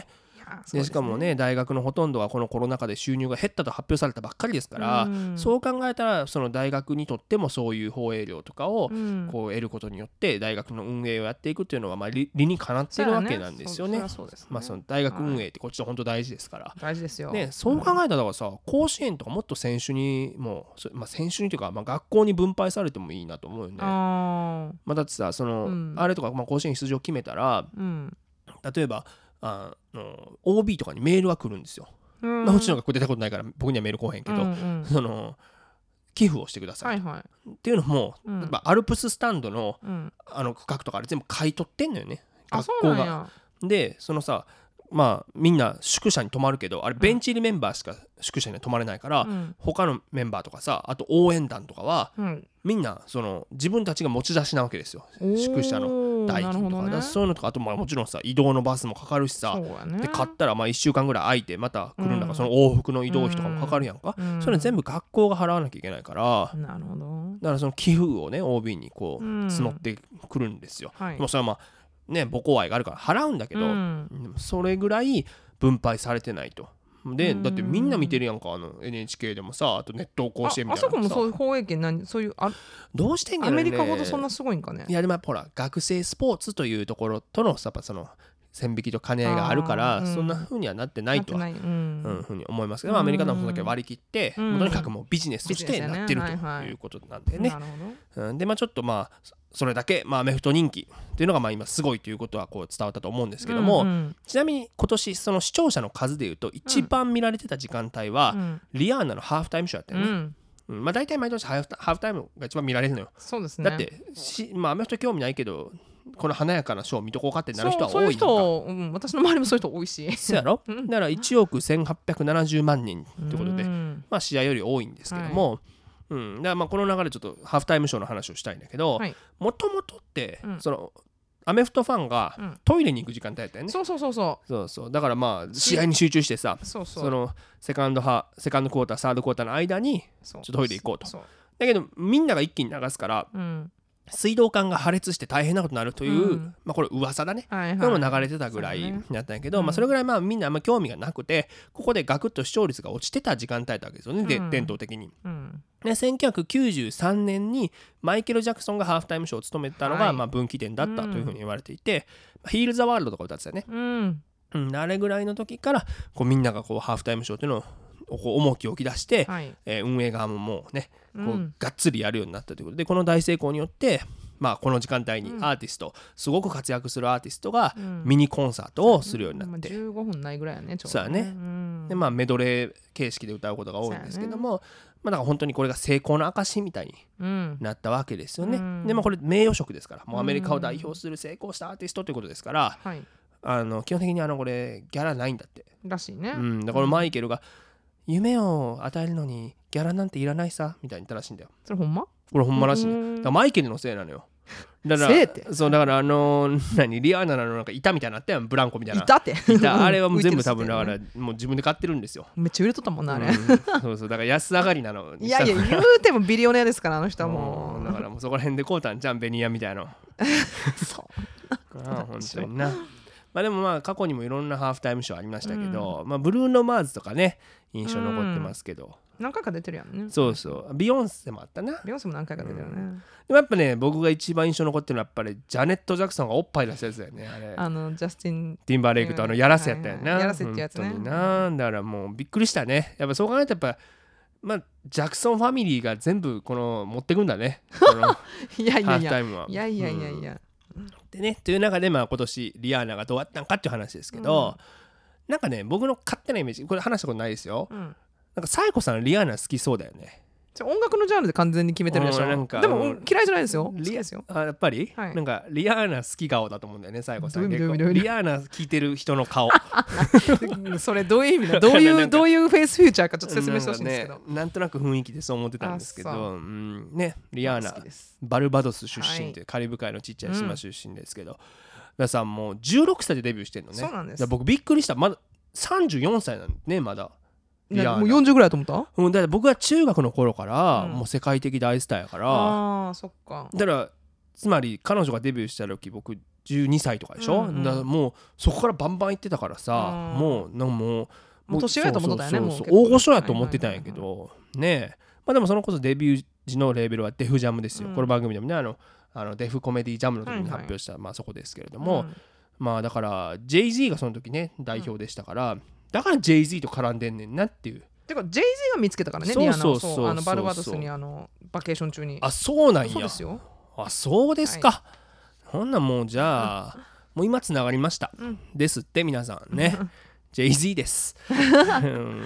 Speaker 1: でしかもね大学のほとんどがこのコロナ禍で収入が減ったと発表されたばっかりですから、うん、そう考えたらその大学にとってもそういう放映料とかをこう得ることによって大学の運営をやっていくっていうのはまあ 理, 理にかなってるわけなんですよね。まあその大学運営ってこっちは本当大事ですから、はい、
Speaker 2: 大事ですよ、
Speaker 1: ね、そう考えたらさ、うん、甲子園とかもっと選手にもう、まあ、選手にというか、まあ、学校に分配されてもいいなと思うよね。あ、まあ、だってさその、うん、あれとか、まあ、甲子園出場決めたら、うん、例えばあの オービー とかにメールが来るんですよ、うんまあ、もちろん学校出たことないから僕にはメール来へんけど、うんうん、その寄付をしてください、はいはい、っていうのも、うん、例えばアルプススタンド の,、うん、あの区画とかあれ全部買い取ってんのよね、学校が。でそのさまあみんな宿舎に泊まるけどあれベンチ入りメンバーしか宿舎には泊まれないから、うん、他のメンバーとかさあと応援団とかは、うん、みんなその自分たちが持ち出しなわけですよ、宿舎の代金とか、ね、そういうのとかあとまあもちろんさ移動のバスもかかるしさ、ね、で買ったらまあいっしゅうかんぐらい空いてまた来るんだから、うん、その往復の移動費とかもかかるやんか、うん、それ全部学校が払わなきゃいけないから、なるほど、だからその寄付をね オービー にこう募ってくるんですよ、うんはい、もうそれはまあね母校愛があるから払うんだけど、うん、それぐらい分配されてないと。でだってみんな見てるやんか、あの エヌエイチケー でもさあと熱湯甲子園みたいな あ, あそこもそういう放映権何そういうあどうしてんやろね、アメリカほどそんなすごいんかね。いやでもやっぱほら学生スポーツというところとのやっぱその線引きと兼ね合いがあるから、うん、そんな風にはなってないとは、うんうん、ふうに思いますけど、うん、アメリカでもそれだけ割り切って、うん、とにかくもうビジネスとしてなってるということなんでね、うん、でまあちょっとまあそれだけ、まあ、アメフト人気っていうのがまあ今すごいということはこう伝わったと思うんですけども、うんうん、ちなみに今年その視聴者の数でいうと一番見られてた時間帯は、うん、リアーナのハーフタイムショーだったよね、うんうんまあ、大体毎年ハーフ、ハーフタイムが一番見られるのよ。そうですね。だってし、まあ、アメフト興味ないけどこの華やかなショー見とこうかってなる人は多いんだ。そう、うん、私の周りもそういう人多いしそうやろだからいちおくせんはっぴゃくななじゅうまんにんということで、まあ、試合より多いんですけども、はいうん、だからまあこの流れちょっとハーフタイムショーの話をしたいんだけど、もともとって、うん、そのアメフトファンがトイレに行く時間帯だったよね、うん、そうそうそうそうそうそうだからまあ試合に集中してさそうそうそのセカンドハセカンドクォーターサードクォーターの間にちょっとトイレ行こうと。そうそうだけどみんなが一気に流すから、うん水道管が破裂して大変なことになるという、うんまあ、これ噂だね、はいはい、これも流れてたぐらいだったんやけど、ねまあ、それぐらいまあみんなあんま興味がなくてここでガクッと視聴率が落ちてた時間帯だったわけですよね、うん、で伝統的に、うん、でせんきゅうひゃくきゅうじゅうさんねんにマイケル・ジャクソンがハーフタイムショーを務めたのが、はいまあ、分岐点だったというふうに言われていて、うん、ヒール・ザ・ワールドとか歌ってたよね、うんうん、あれぐらいの時からこうみんながこうハーフタイムショーっていうのを重きを置き出して、はいえー、運営側ももうねこう、うん、がっつりやるようになったということでこの大成功によってまあ、この時間帯にアーティスト、うん、すごく活躍するアーティストがミニコンサートをするようになって、うん、じゅうごふんないぐらいやねちょうどね。そうやね、うん、でまあメドレー形式で歌うことが多いんですけども、ねまあ、だから本当にこれが成功の証みたいになったわけですよね、うん、でまあこれ名誉職ですからもうアメリカを代表する成功したアーティストということですから、うん、あの基本的にあのこれギャラないんだってらしいね、うん、だからマイケルが夢を与えるのにギャラなんていらないさみたいに言ったらしいんだよ。それほんまこれほんまらしいね。だからマイケルのせいなのよ。だからせいってそうだからあのー、何リアーナのなんか板みたいになったやんブランコみたいな板って板あれはもう全部多分だからもう自分で買ってるんですよ。めっちゃ売れとったもんなあれ、うん、そうそうだから安上がりなのいやいや言うてもビリオネアですからあの人はもうだからもうそこら辺で買うたんじゃんベニヤみたいなそうあ本当になまあでもまあ過去にもいろんなハーフタイムショーありましたけど、うんまあ、ブルーノ・マーズとかね印象残ってますけど、うん、何回か出てるやんね。そうそうビヨンセもあったな。ビヨンセも何回か出てるよね、うん、でもやっぱね僕が一番印象残ってるのはやっぱりジャネット・ジャクソンがおっぱい出したやつだよねあれあのジャスティン・ティンバーレイクとあのやらせやったよな、はいはい、やらせってやつねなんだからもうびっくりしたねやっぱそう考えたらやっぱまあジャクソンファミリーが全部この持ってくんだねこのいやいやいやハーフタイムはいやいやいやいや、うん、でねという中でまあ今年リアーナがどうやったんかっていう話ですけど、うん、なんかね僕の勝手なイメージこれ話したことないですよ、うん、なんかサイコさんリアーナ好きそうだよね。音楽のジャンルで完全に決めてるでしょ。なんかでも嫌いじゃないですよ。リアですよ。あやっぱり、はい、なんかリアーナ好き顔だと思うんだよねサイコさん。リアーナ聞いてる人の顔それどういう意味だどういうどういうフェイスフューチャーかちょっと説明してほしいんですけど な,、ね、なんとなく雰囲気でそう思ってたんですけど、うん、ねリアーナバルバドス出身って、はい、カリブ海のちっちゃい島出身ですけど、うん、ださんもうじゅうろくさいでデビューしてんのね。そうなんです。僕びっくりしたまださんじゅうよんさいなんねまだ。いやもうよんじゅうぐらいだと思った？うん、だから僕は中学の頃から、うん、もう世界的大スターやから。あーそっか。だからつまり彼女がデビューした時僕じゅうにさいとかでしょ、
Speaker 2: うんうん、
Speaker 1: だからもうそこからバンバン行ってたからさ、
Speaker 2: うん、
Speaker 1: もうなんかもう
Speaker 2: もう年上やと思ったよね。
Speaker 1: そうそうそう、大御所やと思ってたんやけど、はいはいはいはい、ねえ、まあ、でもそのこそデビュー時のレーベルはデフジャムですよ、うん、この番組でもねあのあのデフコメディジャムの時に発表した、はいはい、まあ、そこですけれども、うん、まあだから ジェイジー がその時ね代表でしたから、うん、だから ジェイジー と絡んでんねんなっていう。
Speaker 2: てか ジェイジー が見つけたからね、リアナを、そう、あのバルバドスにあのバケーション中に。
Speaker 1: あ、そうなんや。
Speaker 2: そうですよ。
Speaker 1: あ、そうですか、はい、ほんなもうじゃあ、うん、もう今つながりました、うん、ですって皆さんねジェイジー です、うん、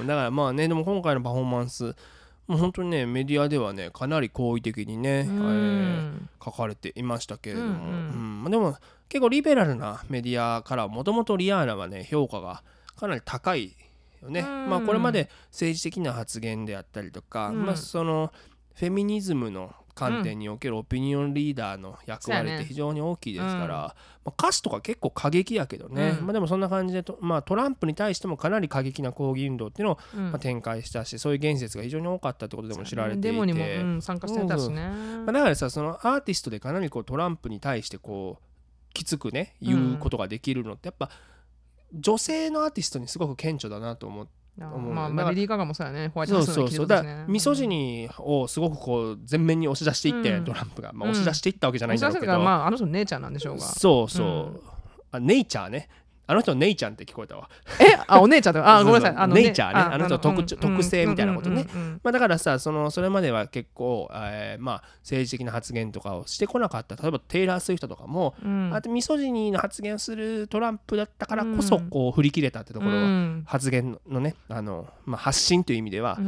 Speaker 1: だからまあね、でも今回のパフォーマンスもう本当にねメディアではねかなり好意的にね、えー、書かれていましたけれども、うんうん、でも結構リベラルなメディアからもともとリアーナはね評価がかなり高いよね。まあこれまで政治的な発言であったりとか、うん、まあそのフェミニズムの観点におけるオピニオンリーダーの役割って非常に大きいですから、うん、まあ、歌詞とか結構過激やけどね、うん、まあ、でもそんな感じでと、まあ、トランプに対してもかなり過激な抗議運動っていうのを、うん、まあ、展開したし、そういう言説が非常に多かったってことでも知られていて、
Speaker 2: デモにも、うん、参加してたしね、
Speaker 1: うん、まあ、だからさそのアーティストでかなりこうトランプに対してこうきつくね言うことができるのってやっぱ女性のアーティストにすごく顕著だなと思って。
Speaker 2: あまあ、まあレディー・ガガもそうやね、ホワイトハウスの記事だしね。そうそうそう、だからミ
Speaker 1: ソジニーをすごくこう前面に押し出していって、うん、トランプが、まあ、押し出していったわけじゃないんだろうけど、
Speaker 2: うん、まあ、あの人ネイチャーなんでしょうが。
Speaker 1: そうそう、うん、あネイチャーね、あの人ネイちゃんって聞こえたわ。
Speaker 2: えあお姉ちゃんとかあごめんなさい、あの
Speaker 1: ネイチャーね、あの人特特性みたいなことね。まあだからさ、そのそれまでは結構、えー、まあ政治的な発言とかをしてこなかった。例えばテイラー・スウィフトとかも、うん、あとミソジニーの発言をするトランプだったからこそこう振り切れたってところは、うん、発言のねあの、まあ、発信という意味では、うん、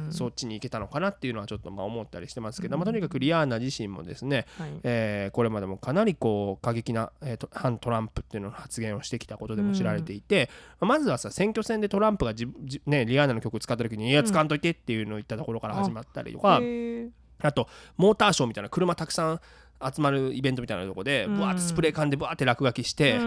Speaker 1: そっちに行けたのかなっていうのはちょっとまあ思ったりしてますけど、うん、まあ、とにかくリアーナ自身もですね、はい、えー、これまでもかなりこう過激な、えー、と反トランプっていうのの発言をしてきたことでも知られていて、うん、まずはさ選挙戦でトランプがじじ、ね、リアーナの曲使った時にいや使わんといてっていうのを言ったところから始まったりとか、うん、あ, あとモーターショーみたいな車たくさん集まるイベントみたいなところでブワーってスプレー缶でブワーって落書きして、うん、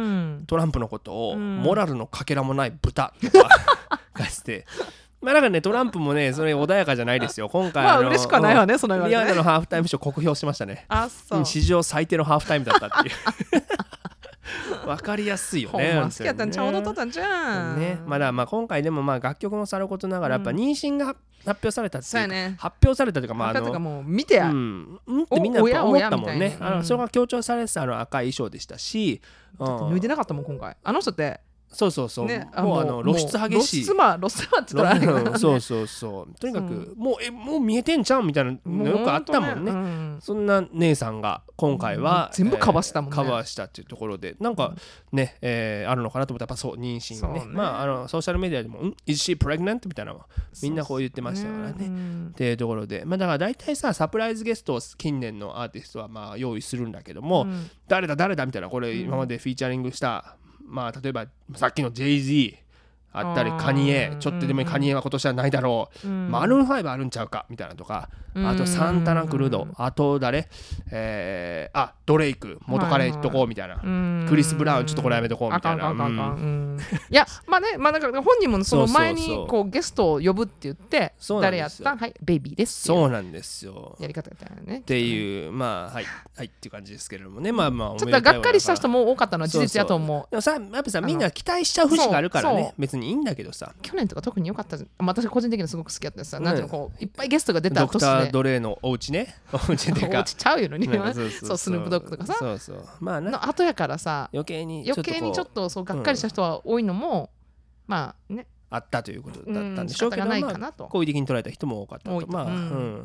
Speaker 1: トランプのことをモラルのかけらもない豚とか書いてまあなんかねトランプもねそれ穏やかじゃないですよ今回。
Speaker 2: まあ嬉しくはないわね、その言われね。
Speaker 1: リアーナのハーフタイムショー酷評しましたね。
Speaker 2: あそう、
Speaker 1: 史上最低のハーフタイムだったっていう分かりやすいよね。
Speaker 2: ほんま好きやったんちゃう、踊っとったんじゃん、
Speaker 1: ね、まだまあ今回でもまあ楽曲もさることながらやっぱ妊娠が発表されたっていうか、
Speaker 2: うん、ね、
Speaker 1: 発表されたというかまああの
Speaker 2: もう見てや、
Speaker 1: うん、うんってみんな思ったもんね。あのそれが強調されてたあの赤い衣装でしたし、
Speaker 2: だって脱いでなかったもん今回あの人って。
Speaker 1: そうそうそう、ね、もうあの露出激しい
Speaker 2: 露出ま露出まって言ったらあれだね、
Speaker 1: そうそうそうとにかく、うん、もうえもう見えてんちゃうみたいなのよくあったもんね、うん、そんな姉さんが今回は、
Speaker 2: うん、全部カバーしたもんね、
Speaker 1: えー、カバーしたっていうところでなんかね、えー、あるのかなと思ったらやっぱそう妊娠ね、ね、まああのソーシャルメディアでもん Is she pregnant? みたいなのみんなこう言ってましたからね、うん、っていうところでまあだから大体さサプライズゲストを近年のアーティストはまあ用意するんだけども、うん、誰だ誰だみたいなこれ今までフィーチャリングしたまあ例えばさっきの ジェイジー あったりカニエちょっとでもカニエは今年はないだろう、うん、マルーンファイブあるんちゃうかみたいなとか、うん、あとサンタナクルド、うん、あと誰、えー、あドレイク元彼言っとこうみたいな、はいはい、クリス・ブラウンちょっとこれやめとこうみたいな、
Speaker 2: いやまあね、まあ、なんか本人もその前にこうゲストを呼ぶって言って誰やったはいベイビーです
Speaker 1: そうなんですよ
Speaker 2: やり方だったよね
Speaker 1: っていうまあはいはいっていう感じですけれどもねまあまあ
Speaker 2: ちょっとがっかりした人も多かったのは事実やと思う。
Speaker 1: でもさやっぱさみんな期待しちゃう節があるからね別にいいんだけどさ
Speaker 2: 去年とか特に良かった、まあ、私個人的にすごく好きやったさ、ね、なんていうのこういっぱいゲストが出た
Speaker 1: ドクター・ドレイのお家ねお家っていうか
Speaker 2: お家ちゃうよねそうスヌープドッグとかさ
Speaker 1: そうそうまあね
Speaker 2: の後やからさ
Speaker 1: 余計に
Speaker 2: 余計にちょっとそうがっかりした人は多いのも、うん、まあね
Speaker 1: あったということだったんでしょうけど、うんまあ、好意的に捉えた人も多かったとまあ、うんうん、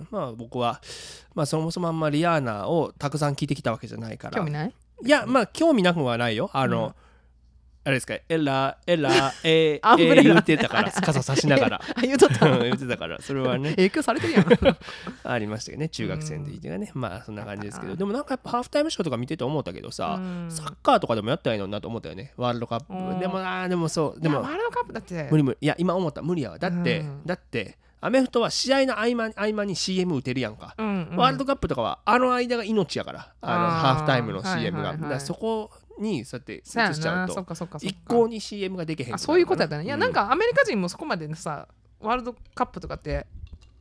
Speaker 1: まあ僕は、まあ、そもそもあんまりリアーナをたくさん聞いてきたわけじゃないから
Speaker 2: 興味ない？
Speaker 1: いやまあ興味なくはないよあの、うんあれですかエラエラえー、えー、言ってたから傘差しながら
Speaker 2: 言うとった
Speaker 1: 言ってたからそれはね
Speaker 2: 影響されてるやん
Speaker 1: ありましたけどね中学生の時がねまあそんな感じですけどでもなんかやっぱハーフタイムショーとか見てて思ったけどさサッカーとかでもやったらいいのになと思ったよねワールドカップでもなでもそうでも
Speaker 2: ワールドカップだって
Speaker 1: 無理無理いや今思った無理やわだってだってアメフトは試合の合間合間に シーエム 打てるやんか、うんうん、ワールドカップとかはあの間が命やからあのハーフタイムの シーエム が、はいはいはい、だからそこにそうやって映しちゃうと一向に シーエム ができへん。
Speaker 2: あそういうことやったね。いやなんかアメリカ人もそこまでさワールドカップとかって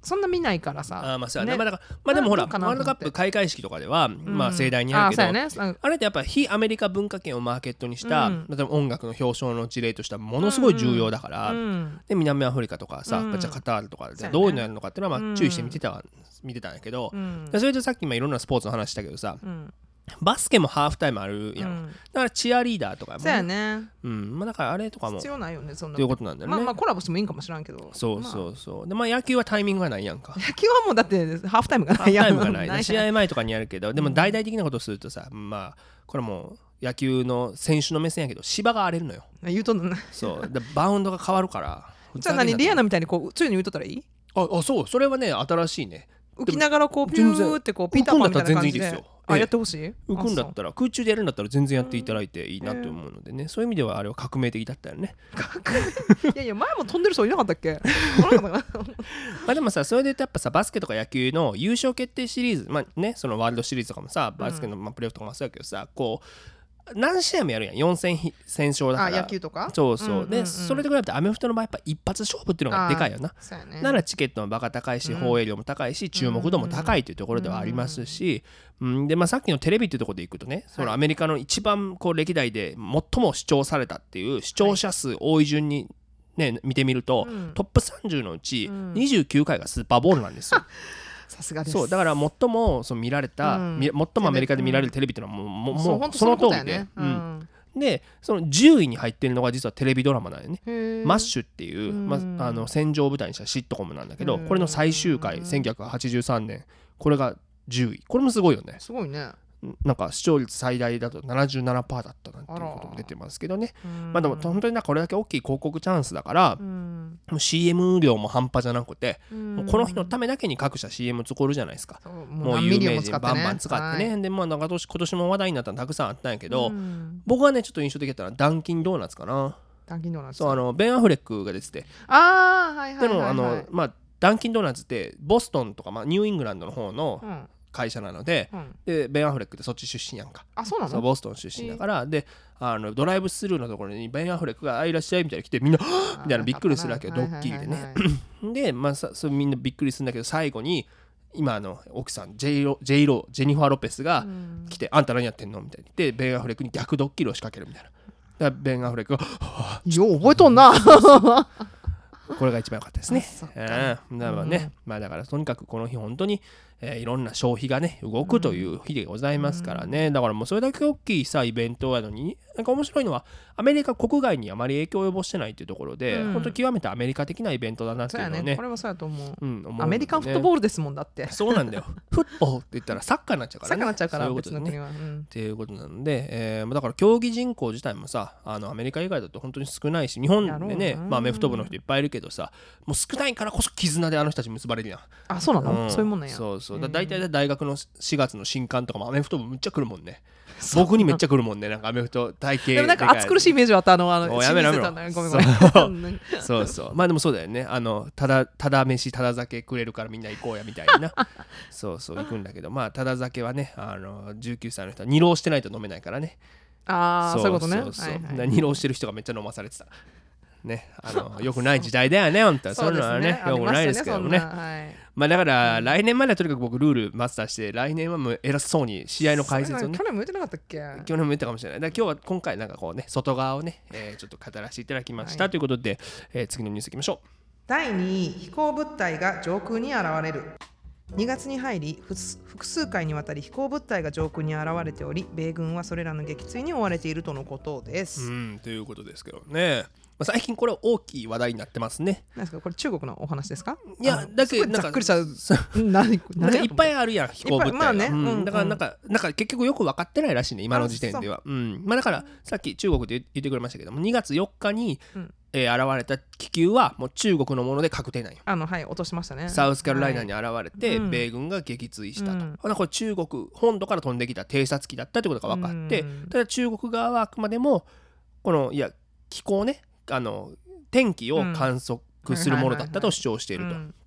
Speaker 2: そんな見ないからさ。
Speaker 1: あまあそうやね、
Speaker 2: ね、
Speaker 1: まあだからまあでもほらワ
Speaker 2: どうかな
Speaker 1: ールドカップ開会式とかでは、
Speaker 2: うん、
Speaker 1: まあ盛大にやるけど、
Speaker 2: あ、そうやね、
Speaker 1: あれってやっぱ非アメリカ文化圏をマーケットにした、
Speaker 2: うん、
Speaker 1: 例えば音楽の表彰の事例としてはものすごい重要だから、
Speaker 2: うん、
Speaker 1: で南アフリカとかさ、
Speaker 2: うん、
Speaker 1: じゃあカタールとかで
Speaker 2: そうやね
Speaker 1: どういうのやるのかっていうのはまあ注意して見てたわ、見てたんやけど、
Speaker 2: うん、
Speaker 1: でそれでさっき今いろんなスポーツの話したけどさ、
Speaker 2: うん、
Speaker 1: バスケもハーフタイムあるやん、うん、だからチアリーダーとかも、ね、
Speaker 2: そうやね、
Speaker 1: うんまあ、だからあれとかも
Speaker 2: 必要ないよね、そんな
Speaker 1: っていうことなんだよね。
Speaker 2: まあまあコラボしてもいいんかもしらんけど、
Speaker 1: そうそうそう、まあ、でまあ野球はタイミングがないやんか。
Speaker 2: 野球はもうだってハーフタイムがないやん。
Speaker 1: ハーフタイムがないない試合前とかにやるけど、でも大々的なことをするとさ、まあこれもう野球の選手の目線やけど芝が荒れるのよ。
Speaker 2: 言うとんの
Speaker 1: そうでバウンドが変わるから
Speaker 2: じゃあ何リアナみたいにこうついに言うとったらいい？
Speaker 1: ああそうそれはね新しいね。
Speaker 2: 浮きながらこうピューってこうピーターパンみたいな感じで、あ、やってほしい？
Speaker 1: 浮くんだったら空中でやるんだったら全然やっていただいていいなと思うのでね、そういう意味ではあれは革命的だったよね。
Speaker 2: いやいや前も飛んでる人いなかったっけ？
Speaker 1: まあでもさそれで言うとやっぱさバスケとか野球の優勝決定シリーズまあねそのワールドシリーズとかもさバスケのまあプレーオフとかもそうやけどさこう何試合もやるやんよん戦戦勝だから。
Speaker 2: あ野球とか
Speaker 1: そうそう、うんうんうん、でそれと比べてアメフトの場合やっぱ一発勝負っていうのがでかいよな。
Speaker 2: そうやね、
Speaker 1: ならチケットもバカ高いし、うん、放映料も高いし注目度も高いというところではありますし、うんうんうん、でまあ、さっきのテレビっていうところでいくとね、はい、そのアメリカの一番こう歴代で最も視聴されたっていう視聴者数多い順に、ね、見てみると、うん、トップさんじゅうのうちにじゅうきゅうかいがスーパーボールなんですよ。
Speaker 2: さすがです。
Speaker 1: そうだから最もその見られた、うん、最もアメリカで見られるテレビっていうのはもう、うん、もうもうその通りで、うんでそのじゅういに入ってるのが実はテレビドラマなんよね。マッシュっていう、ま、あの戦場を舞台にしたシットコムなんだけど、これの最終回せんきゅうひゃくはちじゅうさんねんこれがじゅうい、これもすごいよね。
Speaker 2: すごいね。
Speaker 1: なんか視聴率最大だと ななじゅうななパーセント だったなんていうことも出てますけどね。まあでも本当にこれだけ大きい広告チャンスだから、うん、シーエム 量も半端じゃなくて、うん、もうこの日のためだけに各社 シーエム 作るじゃないですか。もう有名人バンバン使ってね。はい、でまあなんか今年も話題になったのたくさんあったんやけど、うん、僕はねちょっと印象的だったのはダンキンドーナツかな。
Speaker 2: ダンキンドーナツ。
Speaker 1: そうあのベン・アフレックが出てて。
Speaker 2: ああはいはいはい、はい。
Speaker 1: でもあのまあダンキンドーナツってボストンとかまあニューイングランドの方の、うん会社なので、うん、でベン・アフレックってそっち出身やんか。
Speaker 2: あ、そうなの？
Speaker 1: そうボストン出身だから、えー、であのドライブスルーのところにベン・アフレックがあいらっしゃいみたいに来てみんなみたいなびっくりするわけよ、ドッキリでね、はいはいはいはい、で、まあ、さそみんなびっくりするんだけど最後に今の奥さんジェイロ、ジェイロ、ジェニファー・ロペスが来て、うん、あんた何やってんのみたいにでベン・アフレックに逆ドッキリを仕掛けるみたいな。だからベン・アフレックが
Speaker 2: よう覚えとんな
Speaker 1: これが一番良かったですね。あうん、だからね、うんまあ、だからとにかくこの日本当に、えー、いろんな消費がね動くという日でございますからね、うん、だからもうそれだけ大きいさイベントなのになんか面白いのはアメリカ国外にあまり影響を及ぼしてないというところで、うん、本当極めてアメリカ的なイベントだなっていうのはね、ね
Speaker 2: これはそうやと思う、
Speaker 1: うん、思うね、
Speaker 2: アメリカンフットボールですもんだって
Speaker 1: そうなんだよフットボールって言ったらサッカーになっちゃうからね
Speaker 2: サッカーになっちゃうから
Speaker 1: そういうことでね、
Speaker 2: 別の国は、うん、
Speaker 1: っていうことなので、えー、だから競技人口自体もさあのアメリカ以外だと本当に少ないし日本でね、まあ、アメフト部の人いっぱいいるけどさもう少ないからこそ絆であの人たち結ばれるやん。
Speaker 2: あ、そうなの、うん、そういうもんなんや。
Speaker 1: そうそうだ大体大学のしがつの新刊とかもアメフト部むっちゃ来るもんね。僕にめっちゃ来るもんねなんかアメフト体型
Speaker 2: でもなんか暑苦しいイメージはあったあのあの
Speaker 1: やめろやめろ
Speaker 2: ごめんごめん
Speaker 1: そうそうまあでもそうだよねあのただただ飯ただ酒くれるからみんな行こうやみたいなそうそう行くんだけどまあただ酒はねあのじゅうきゅうさいの人は二浪してないと飲めないからね。
Speaker 2: ああそういうことね。
Speaker 1: そうそうそう、はいはい、二浪してる人がめっちゃ飲まされてたね、あのよくない時代だよね本当はそういうのはねよくないですけどもね、はい、まあだから来年まではとにかく僕ルールマスターして来年はもう偉そうに試合の解説をね
Speaker 2: 去年も言ってなかったっけ
Speaker 1: 去年も言ったかもしれないだから今日は今回なんかこうね外側をね、えー、ちょっと語らせていただきました、はい、ということで、えー、次のニュースいきましょう。
Speaker 2: だいにい飛行物体が上空に現れる。にがつに入り複数回にわたり飛行物体が上空に現れており米軍はそれらの撃墜に追われているとのことです。
Speaker 1: うんということですけどねまあ、最近これ大きい話題になってますね。
Speaker 2: 何ですかこれ中国のお話ですか？
Speaker 1: いやだけど
Speaker 2: ざっくりした
Speaker 1: なんかいっぱいあるやん飛行物体が、
Speaker 2: まあねうんうん、
Speaker 1: だからなんかなんか結局よく分かってないらしいね今の時点では。うんまあ、だからさっき中国で言ってくれましたけどもにがつよっかに、うんえー、現れた気球はもう中国のもので確定なんよ。
Speaker 2: あのはい落としましたね。
Speaker 1: サウスカロライナに現れて、はい、米軍が撃墜したと、うん、これ中国本土から飛んできた偵察機だったってことが分かって、うん、ただ中国側はあくまでもこのいや気候ねあの天気を観測するものだったと主張していると。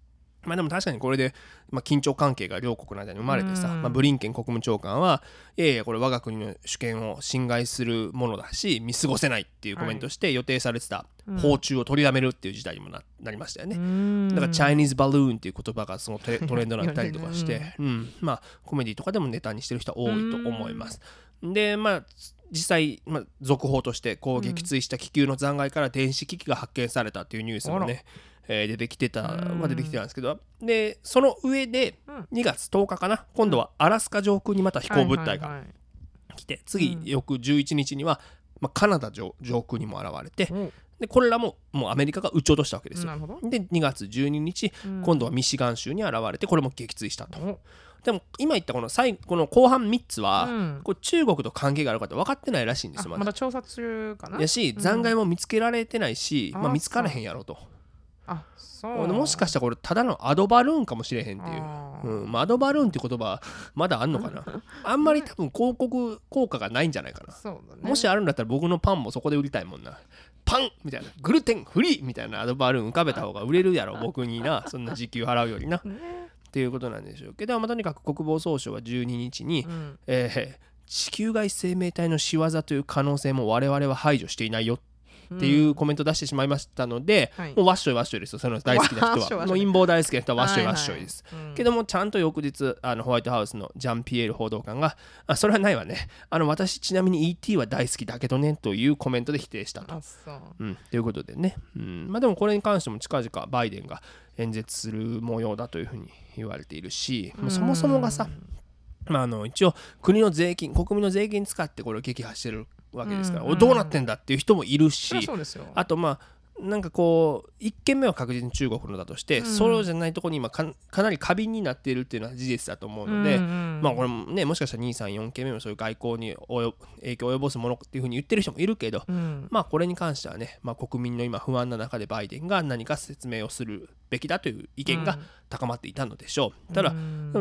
Speaker 1: まあでも確かにこれで、まあ、緊張関係が両国の間に生まれてさ、まあ、ブリンケン国務長官はいやいやこれ我が国の主権を侵害するものだし見過ごせないっていうコメントして予定されてた訪中を取りやめるっていう事態にも な, なりましたよね。だからチャイニーズバルーンっていう言葉がそのトレンドになったりとかして、うん、まあコメディとかでもネタにしてる人は多いと思います。でまあ実際、まあ、続報としてこう撃墜した気球の残骸から電子機器が発見されたっていうニュースもね、えー、出てきてた、まあ、出てきてたんですけど、でその上でにがつとおかかな、今度はアラスカ上空にまた飛行物体が来て、次翌じゅういちにちには、まあ、カナダ 上, 上空にも現れて、でこれらももうアメリカが撃ち落としたわけですよ。でにがつじゅうににち、今度はミシガン州に現れてこれも撃墜したと。でも今言ったこの最この後半みっつは、うん、こう中国と関係があるかって分かってないらしいんですよ。まだ、
Speaker 2: まだ調査中かな。
Speaker 1: やし残骸も見つけられてないし、うん、まあ、見つからへんやろと。
Speaker 2: あそう
Speaker 1: もしかしたらこれただのアドバルーンかもしれへんっていう、うんまあ、アドバルーンっていう言葉まだあんのかなあんまり多分広告効果がないんじゃないかな。
Speaker 2: そうだね、
Speaker 1: もしあるんだったら僕のパンもそこで売りたいもんな。パンみたいなグルテンフリーみたいなアドバルーン浮かべた方が売れるやろ僕にな、そんな時給払うよりな、ね、っていうことなんでしょうけど、まあ、とにかく国防総省はじゅうににちに、うんえー、地球外生命体の仕業という可能性も我々は排除していないよっていうコメント出してしまいましたので、うん、もうワッショイワッショイですよ。その大好きな人はもう陰謀大好きな人はワッショイワッショイです、はいはいうん、けどもちゃんと翌日あのホワイトハウスのジャンピエール報道官があそれはないわね、あの私ちなみに イーティー は大好きだけどねというコメントで否定したと。
Speaker 2: あそう、
Speaker 1: うん、ということでね、うんまあ、でもこれに関しても近々バイデンが演説する模様だというふうに言われているし、もうそもそもがさ、まあ、あの一応国の税金国民の税金使ってこれを撃破してるわけですから、うんうん、どうなってんだっていう人もいるし、
Speaker 2: そうですよ。
Speaker 1: あとまあなんかこういっけんめは確実に中国のだとして、うん、そうじゃないところに今 か, かなり過敏になっているっていうのは事実だと思うので、うんうんまあこれもねもしかしたらにさんよんけんめもそういう外交に影響を及ぼすものっていうふうに言ってる人もいるけど、うん、まあこれに関してはね、まあ、国民の今不安な中でバイデンが何か説明をするべきだという意見が高まっていたのでしょう。ただ、うん、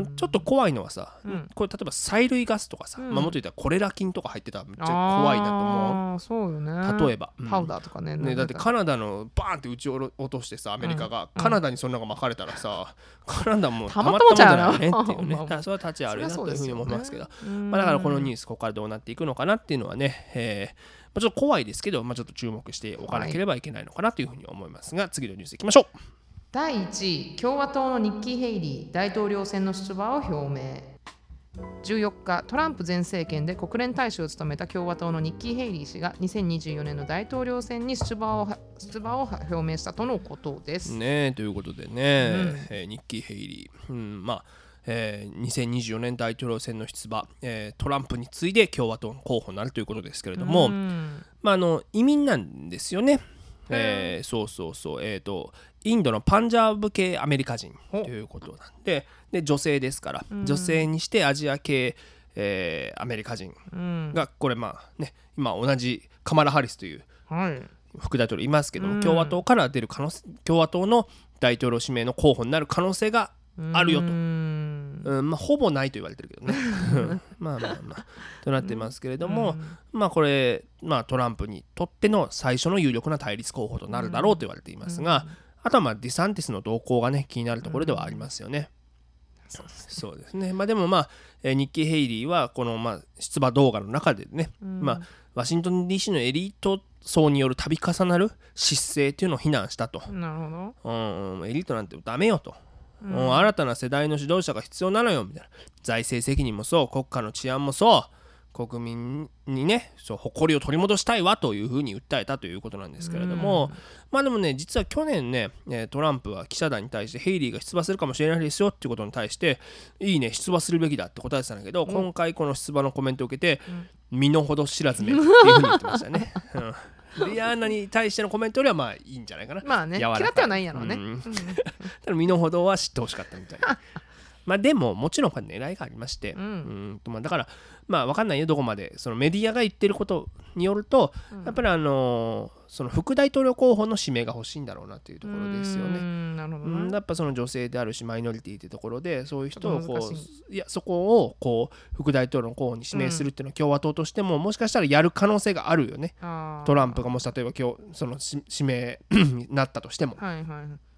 Speaker 1: ちょっと怖いのはさ、うん、これ例えば催涙ガスとかさ、うんまあ、もっと言ったらコレラ菌とか入ってたらめっちゃ怖いなと思う。
Speaker 2: そうよね、
Speaker 1: 例えば、うん、
Speaker 2: パウダーとか ね,
Speaker 1: ねだってカナダのバーンって撃ち落としてさアメリカが、うん、カナダにそんなのが巻かれたらさ、うん、カナダもたまったもんじゃないねっていうねだからそれは立ち悪いなというふうに思いますけど、ねまあ、だからこのニュースここからどうなっていくのかなっていうのはね、えーまあ、ちょっと怖いですけど、まあ、ちょっと注目しておかなければいけないのかなというふうに思いますが、はい、次のニュースいきましょう。
Speaker 2: だいいちい共和党のニッキー・ヘイリー大統領選の出馬を表明。じゅうよっかトランプ前政権で国連大使を務めた共和党のニッキー・ヘイリー氏がにせんにじゅうよねんの大統領選に出馬を出馬を表明したとのことです
Speaker 1: ね。ということでね、うんえー、ニッキー・ヘイリー、うんまあえー、にせんにじゅうよねん大統領選の出馬、えー、トランプに次いで共和党の候補になるということですけれども、うんまあ、あの移民なんですよね。えー、そうそうそう、えーと、インドのパンジャーブ系アメリカ人ということなんで、で女性ですから、うん、女性にしてアジア系、えー、アメリカ人がこれまあね今同じカマラ・ハリスという副大統領いますけども、はい、共和党から出る可能性、共和党の大統領指名の候補になる可能性があるよと、うんうんまあ、ほぼないと言われてるけどねまあまあまあとなってますけれども、うん、まあこれ、まあ、トランプにとっての最初の有力な対立候補となるだろうと言われていますが、うん、あとはまあディサンティスの動向がね気になるところではありますよね、うん、そうですね、そうですね、まあ、でもまあ、えー、ニッキー・ヘイリーはこのまあ出馬動画の中でね、うんまあ、ワシントン ディーシー のエリート層による度重なる失勢というのを非難したと。
Speaker 2: なるほど、
Speaker 1: うん、エリートなんてダメよと、うん、新たな世代の指導者が必要なのよみたいな。財政責任もそう国家の治安もそう国民にねそう誇りを取り戻したいわというふうに訴えたということなんですけれども、うん、まあでもね実は去年ねトランプは記者団に対してヘイリーが出馬するかもしれないですよっていうことに対していいね出馬するべきだって答えてたんだけど、うん、今回この出馬のコメントを受けて、うん、身の程知らずめっていうふうに言ってましたね、うんリアーナに対してのコメントよりはまあいいんじゃないかな。
Speaker 2: まあね、嫌ってはないんやろうね。うん、
Speaker 1: ただ身の程は知ってほしかったみたいな。まあでももちろんこれ狙いがありまして、うんうんとまあ、だからまあ分かんないよどこまでそのメディアが言ってることによると、うん、やっぱりあのー、その副大統領候補の指名が欲しいんだろうなというところですよね。
Speaker 2: うんなるほどね、
Speaker 1: うん、やっぱその女性であるしマイノリティというところでそういう人をこういやそこをこう副大統領の候補に指名するっていうのは共和党としてももしかしたらやる可能性があるよね、うん、トランプがもし例えば今日その指名になったとしても、
Speaker 2: はいはい、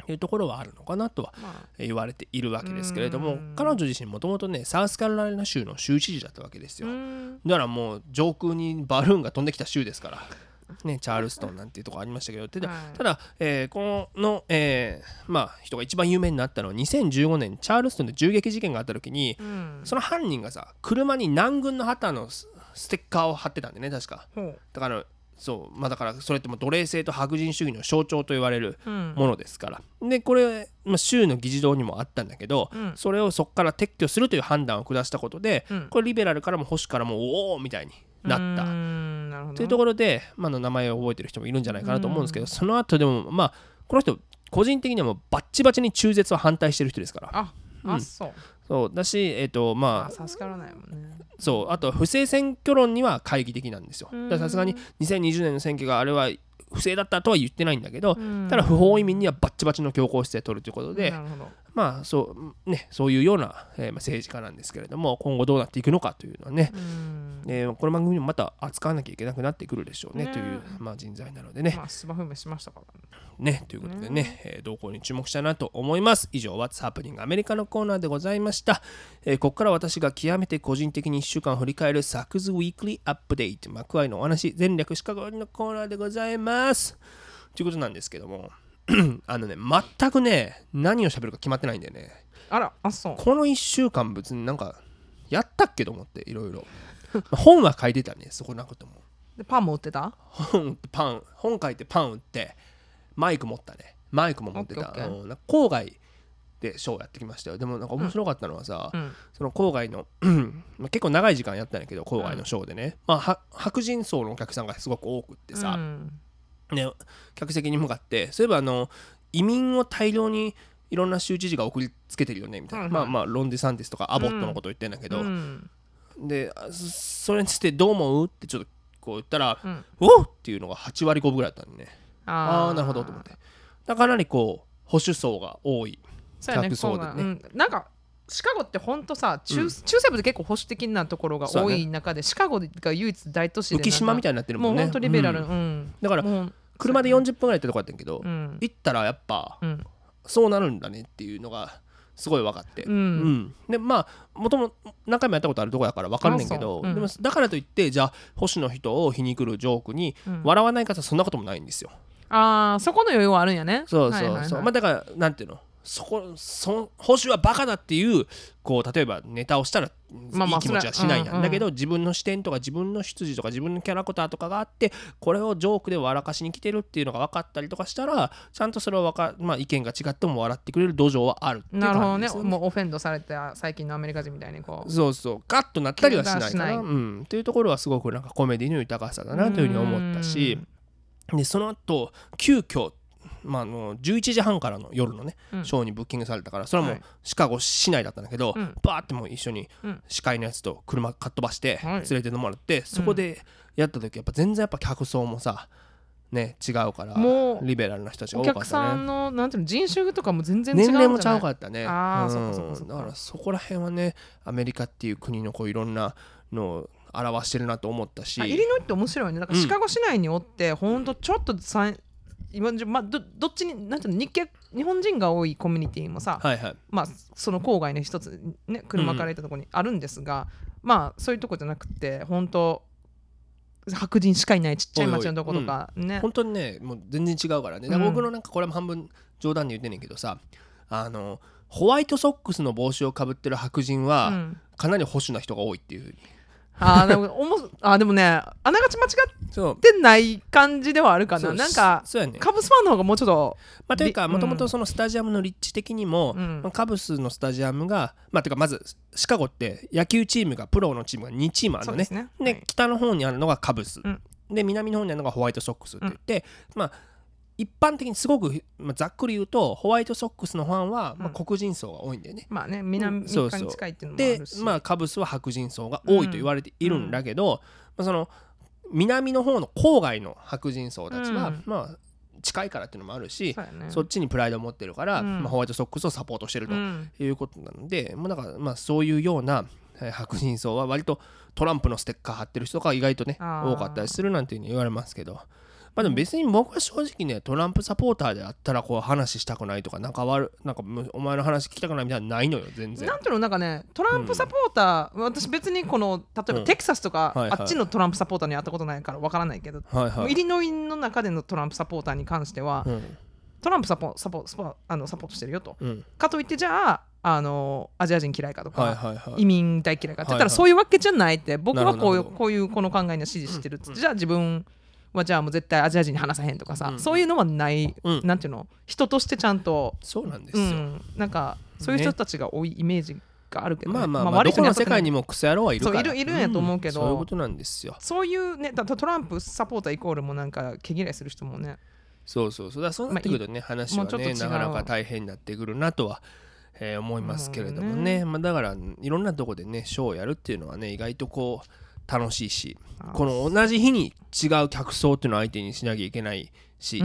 Speaker 1: いうところはあるのかなとは言われているわけですけれども、彼女自身もともとねサウスカロライナ州の州知事だったわけですよ。だからもう上空にバルーンが飛んできた州ですからね、チャールストンなんていうところありましたけど、ただ、はい、ただ、えー、この、えーまあ、人が一番有名になったのはにせんじゅうごねんチャールストンで銃撃事件があった時に、うん、その犯人がさ車に南軍の旗のステッカーを貼ってたんでね確か、うん、だからそう、まあ、だからそれっても奴隷制と白人主義の象徴と言われるものですから、うん、でこれ、まあ、州の議事堂にもあったんだけど、うん、それをそこから撤去するという判断を下したことで、うん、これリベラルからも保守からもおおみたいになったというところで、まあ、の名前を覚えてる人もいるんじゃないかなと思うんですけど、その後でもまあこの人個人的にはもうバッチバチに中絶を反対してる人ですから。
Speaker 2: あ、うん、あそう
Speaker 1: そうだし、えーとまあ、
Speaker 2: さすがないもんね。
Speaker 1: そうあと不正選挙論には懐疑的なんですよ。さすがににせんにじゅうねんの選挙があれは不正だったとは言ってないんだけど、ただ不法移民にはバッチバチの強硬姿勢を取るということで、まあそうね、そういうような、えー、政治家なんですけれども、今後どうなっていくのかというのはね、えー、この番組にもまた扱わなきゃいけなくなってくるでしょうね、ねという、まあ、人材なのでね、
Speaker 2: まあ、スマホしましたから
Speaker 1: ねということでね、ねえー、動向に注目したいなと思います。以上 What's Happening アメリカのコーナーでございました。えー、ここから私が極めて個人的にいっしゅうかん振り返るサクズウィークリーアップデート、マクワイのお話全略シカゴのコーナーでございますということなんですけどもあのね全くね何を喋るか決まってないんだよね。
Speaker 2: あら、あ、そう。
Speaker 1: このいっしゅうかん別になんかやったっけと思っていろいろ本は書いてたね、そこなことも。
Speaker 2: でパンも売ってた？
Speaker 1: 本パン本書いてパン売ってマイク持ったね。マイクも持ってた。うん、郊外でショーやってきましたよ。でもなんか面白かったのはさ、うん、その郊外の結構長い時間やったんだけど郊外のショーでね、うん、まあ白人層のお客さんがすごく多くってさ、うんね、客席に向かってそういえばあの移民を大量にいろんな州知事が送りつけてるよねみたいな、はいはい、まあまあロン・デサンティスとかアボットのことを言ってんだけど、うんうん、でそれについてどう思うってちょっとこう言ったら、うん、おっっていうのがはちわりごぶぐらいだったんでね。ああなるほどと思って、だからかなりこう保守層が多い客層でね、うん、
Speaker 2: なんかシカゴってほんとさ 中,、うん、中西部で結構保守的なところが多い中で、ね、シカゴが唯一大都市で
Speaker 1: 浮島みたいになってるもんね。
Speaker 2: もうほんとリベラル、うんうん、
Speaker 1: だから車でよんじゅっぷんぐらい行ったとこだったんやけど、うん、行ったらやっぱ、うん、そうなるんだねっていうのがすごい分かって、うんうん、でまあもとも何回もやったことあるとこだから分かんねんけど、うん、でもだからといってじゃあ保守の人を皮肉るジョークに笑わない方はそんなこともないんですよ。
Speaker 2: ああそこの余裕はあるんやね。
Speaker 1: そうそうそう、はいはいはい、まあだからなんていうのそこそ保守はバカだっていうこう例えばネタをしたらいい気持ちはしないんだ、まあまあ、だけど自分の視点とか自分の出自とか自分のキャラクターとかがあってこれをジョークで笑かしに来てるっていうのが分かったりとかしたらちゃんとそれをわか、まあ、意見が違っても笑ってくれる土壌はあるっていう感じですよね。なるほどね。
Speaker 2: もうオフェンドされた最近のアメリカ人みたいにこう
Speaker 1: そうそうガッとなったりはしないかな、うん、っていうところはすごくなんかコメディの豊かさだなというふうに思ったし、でその後急遽まあ、あのじゅういちじはんからの夜のね、うん、ショーにブッキングされたからそれはもうシカゴ市内だったんだけど、はい、バーってもう一緒に司会のやつと車かっ飛ばして連れてもらって、はい、そこでやった時やっぱ全然やっぱ客層もさね違うからもうリベラルな人たちが多かったね。お客さんのなんていうの人種とかも全然違うじゃない。年齢もちゃうかったね。あ、うん、そうかそうかそうか。だからそこら辺はねアメリカっていう国のこういろんなのを表してるなと思ったし、
Speaker 2: イリノイって面白いね。なんかシカゴ市内におって、うん、ほんとちょっとさ今まあ、ど, どっちになんていうの 日, 系日本人が多いコミュニティもさ、はいはいまあ、その郊外の一つ、ね、車から行ったところにあるんですが、うん、まあそういうとこじゃなくて本当白人しかいないちっちゃい町のとことかね、
Speaker 1: うん、本当にねもう全然違うからね。だから僕のなんかこれも半分冗談で言ってんねんけどさ、あのホワイトソックスの帽子をかぶってる白人は、うん、かなり保守な人が多いっていう風に
Speaker 2: あでもおもあでもねあながち間違ってない感じではあるかな。なんかそうや、ね、カブスファンの方がもうちょっと
Speaker 1: まあというかもともとそのスタジアムの立地的にも、うんまあ、カブスのスタジアムがまあというかまずシカゴって野球チームがプロのチームがにチームあるのね。で、ねはい、北の方にあるのがカブス、うん、で南の方にあるのがホワイトソックスって言って、うん、まあ一般的にすごく、まあ、ざっくり言うとホワイトソックスのファンは、まあ、黒人層が多いんだよね、
Speaker 2: うん、まあね南に近いっていうのもあるし
Speaker 1: で、まあ、カブスは白人層が多いと言われているんだけど、うんまあ、その南の方の郊外の白人層たちは、うん、まあ近いからっていうのもあるし そ,、ね、そっちにプライドを持ってるから、うんまあ、ホワイトソックスをサポートしてるということなので、うん、もうだからまあそういうような白人層は割とトランプのステッカー貼ってる人が意外とね多かったりするなんていうふうに言われますけど、 まあでも別に僕は正直ねトランプサポーターであったらこう話したくないとかなんか悪なんかお前の話聞きたくないみたいなのないのよ全然。
Speaker 2: なんていうのなんかねトランプサポーター、うん、私別にこの例えばテキサスとか、うんはいはい、あっちのトランプサポーターに会ったことないからわからないけど、はいはい、イリノイの中でのトランプサポーターに関しては、うん、トランプサポサポサポあのサポートしてるよと、うん、かといってじゃああのアジア人嫌いかとか、はいはいはい、移民大嫌いかって言ったら、はいはい、そういうわけじゃないって僕はこういうこういうこの考えには支持してるって、うん、じゃあ自分はじゃあもう絶対アジア人に話さへんとかさ、うん、そういうのはない、うん、なんていうの人としてちゃんと
Speaker 1: そうなんですよ、うん、
Speaker 2: なんかそういう人たちが多いイメージがあるけど、ね、
Speaker 1: まあまあまあ、まあ、どこの世界にもクソ野郎はいるから
Speaker 2: そういるいるんやと思うけど、
Speaker 1: うん、そういうことなんですよ。
Speaker 2: そういうねだトランプサポーターイコールもなんか毛嫌いする人もね
Speaker 1: そうそうそうだそうなってくるとね、まあ、話はねなかなか大変になってくるなとはえー、思いますけれどもね、まあ、だからいろんなとこでねショーをやるっていうのはね意外とこう楽しいしこの同じ日に違う客層っていうのを相手にしなきゃいけないし、うん、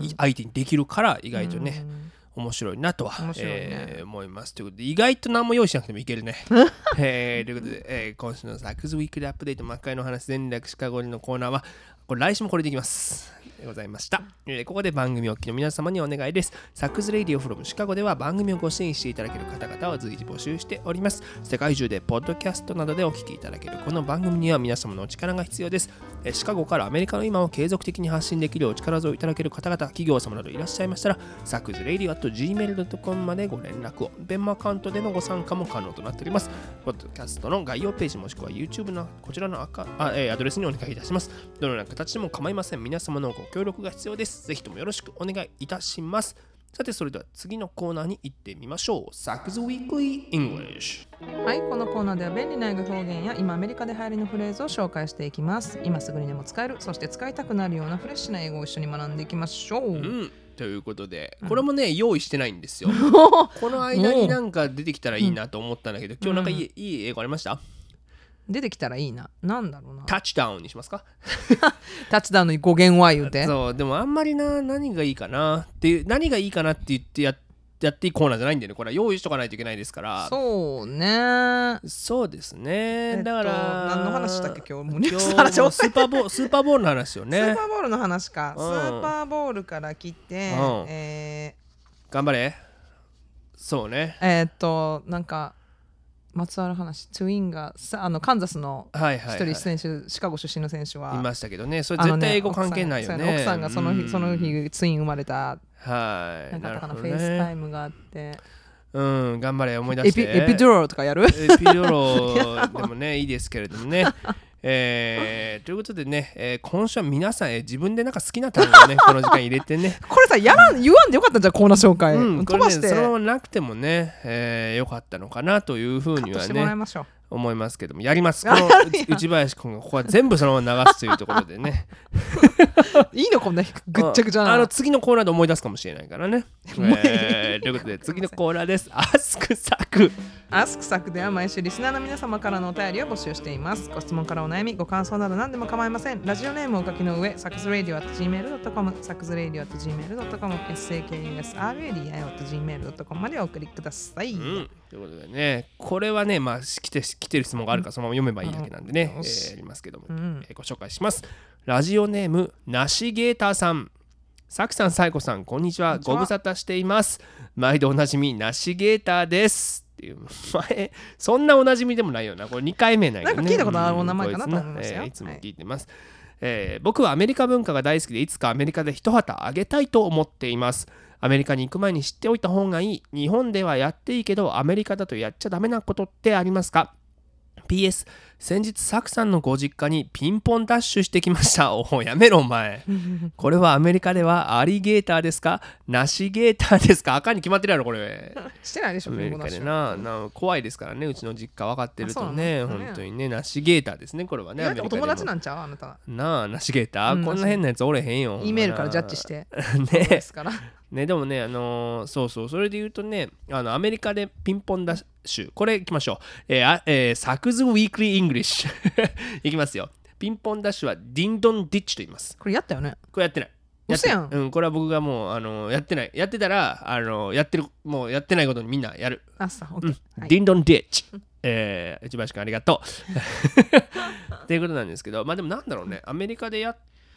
Speaker 1: 相手にできるから意外とね、うん、面白いなとは、ねえー、思いますということで意外と何も用意しなくてもいけるね、えー、ということで、えー、今週のサックスウィークリーアップデート魔界の話全略シカゴのコーナーはこれ来週もこれでいきますでございました、えー、ここで番組お聞きの皆様にお願いです。サックスレイディオフロムシカゴでは番組をご支援していただける方々を随時募集しております。世界中でポッドキャストなどでお聞きいただけるこの番組には皆様のお力が必要です。えー、シカゴからアメリカの今を継続的に発信できるお力添えいただける方々企業様などいらっしゃいましたらサックスレイディオ アットジーメールドットコム までご連絡を。ベンマアカウントでのご参加も可能となっております。ポッドキャストの概要ページもしくは YouTube のこちらのアカあ、えー、アドレスにお願いいたします。どのような形でも構いません。皆様のご協力が必要です。ぜひともよろしくお願いいたします。さてそれでは次のコーナーに行ってみましょう。サックスウィークリーイングリッシュ。
Speaker 2: はい、このコーナーでは便利な英語表現や今アメリカで流行りのフレーズを紹介していきます。今すぐにでも使える、そして使いたくなるようなフレッシュな英語を一緒に学んでいきましょう。うん、
Speaker 1: ということでこれもね、うん、用意してないんですよこの間になんか出てきたらいいなと思ったんだけど、今日なんかいい、うん、いい英語ありました？
Speaker 2: 出てきたらいいな。なんだろうな。
Speaker 1: タッチダウンにしますか
Speaker 2: タッチダウンの語源は言うて。
Speaker 1: そう、でもあんまりな、何がいいかなっていう、何がいいかなって言ってやってやっていいコーナーじゃないんだよね。これは用意しとかないといけないですから。
Speaker 2: そうね。
Speaker 1: そうですね。えっと、だから
Speaker 2: 何の話したっけ今日もうニュース
Speaker 1: の話をスーパーボールスーパーボールの話よね。
Speaker 2: スーパーボールの話か。うん、スーパーボールから来て、うん、え
Speaker 1: ー、頑張れ。そうね。
Speaker 2: えー、っとなんか。まつわる話、トゥインがあのカンザスの一人選手、はいはいはい、シカゴ出身の選手はい
Speaker 1: ましたけどね、それ絶対英語関係ないよね。
Speaker 2: 奥さんがその日、うん、その日ツイン生まれた、
Speaker 1: はい、
Speaker 2: なんかあったかな、ね、フェイスタイムがあって、
Speaker 1: うん、頑張れ思い出して。
Speaker 2: エピ、エピドロとかやる？エ
Speaker 1: ピドロでもねいいですけれどもね。えー、ということでね、えー、今週は皆さん、えー、自分でなんか好きな単語をねこの時間入れてね
Speaker 2: これさやらん言わんでよかったんじゃんコーナー紹介、
Speaker 1: うん、
Speaker 2: 飛ばして、
Speaker 1: これね、そのままなくてもね、えー、よかったのかなというふうにはね思いますけども、やります。この内林君がここは全部そのまま流すというところでね
Speaker 2: いいのこんなぐっちゃぐちゃな、
Speaker 1: あの次のコーナーで思い出すかもしれないからね、えー、ということで次のコーナーです。アスクサク
Speaker 2: アスクサクでは毎週リスナーの皆様からのお便りを募集しています。ご質問からお悩み、ご感想など何でも構いません。ラジオネームをお書きの上、サックスレイディオ アットジーメールドットコム サックスレイディオ アットジーメールドットコム エスエーケーユーエスアールエーディーアイオ アットジーメールドットコム までお送りください、うん、
Speaker 1: ということでね、これはね、まあ来て、来てる質問があるからそのまま読めばいいだけなんでね、うん、えー、やりますけども、うん、えー、ご紹介します。ラジオネームナシゲーターさん。サクさん、サイコさん、こんにちは。ご無沙汰しています。毎度おなじみナシゲーターです。っていう前そんなおなじみでもないよな。これにかいめなんよね。
Speaker 2: なんか聞いたことあるお名前かなと思いますよ、
Speaker 1: うん、えー、いつも聞いてます、はい。えー、僕はアメリカ文化が大好きで、いつかアメリカで一旗あげたいと思っています。アメリカに行く前に知っておいた方がいい、日本ではやっていいけどアメリカだとやっちゃダメなことってありますか？ ピーエス 先日サクさんのご実家にピンポンダッシュしてきました。おお、やめろお前これはアメリカではアリゲーターですか、ナシゲーターですか？赤に決まってるやろこれ
Speaker 2: してないでしょ。
Speaker 1: アメリカでな、な怖いですからね、うちの実家分かってるとね、本当にね、ナシゲーターですね。これはね、アメリカでもお
Speaker 2: 友達なんちゃうあなた
Speaker 1: なあ、ナシゲーター、うん、こんな変なやつおれへんよ。
Speaker 2: E メールからジャッジして
Speaker 1: ねですからね、でもね、あのー、そうそう、それで言うとね、あのアメリカでピンポンダッシュ、これいきましょう。えーえー、サクズウィークリーイングリッシュいきますよ。ピンポンダッシュはディンドンディッチと言います。
Speaker 2: これやったよね。
Speaker 1: これやってない。
Speaker 2: やってない。
Speaker 1: うん、これは僕がもう、あのー、やってない。やってたら、あのー、やってる、もうやってないことにみんなやる。
Speaker 2: あ、そう、オッケー。
Speaker 1: うん、ディンドンディッチ。えー、一番しかありがとう。っていうことなんですけど、まあでもなんだろうね、アメリカでやっ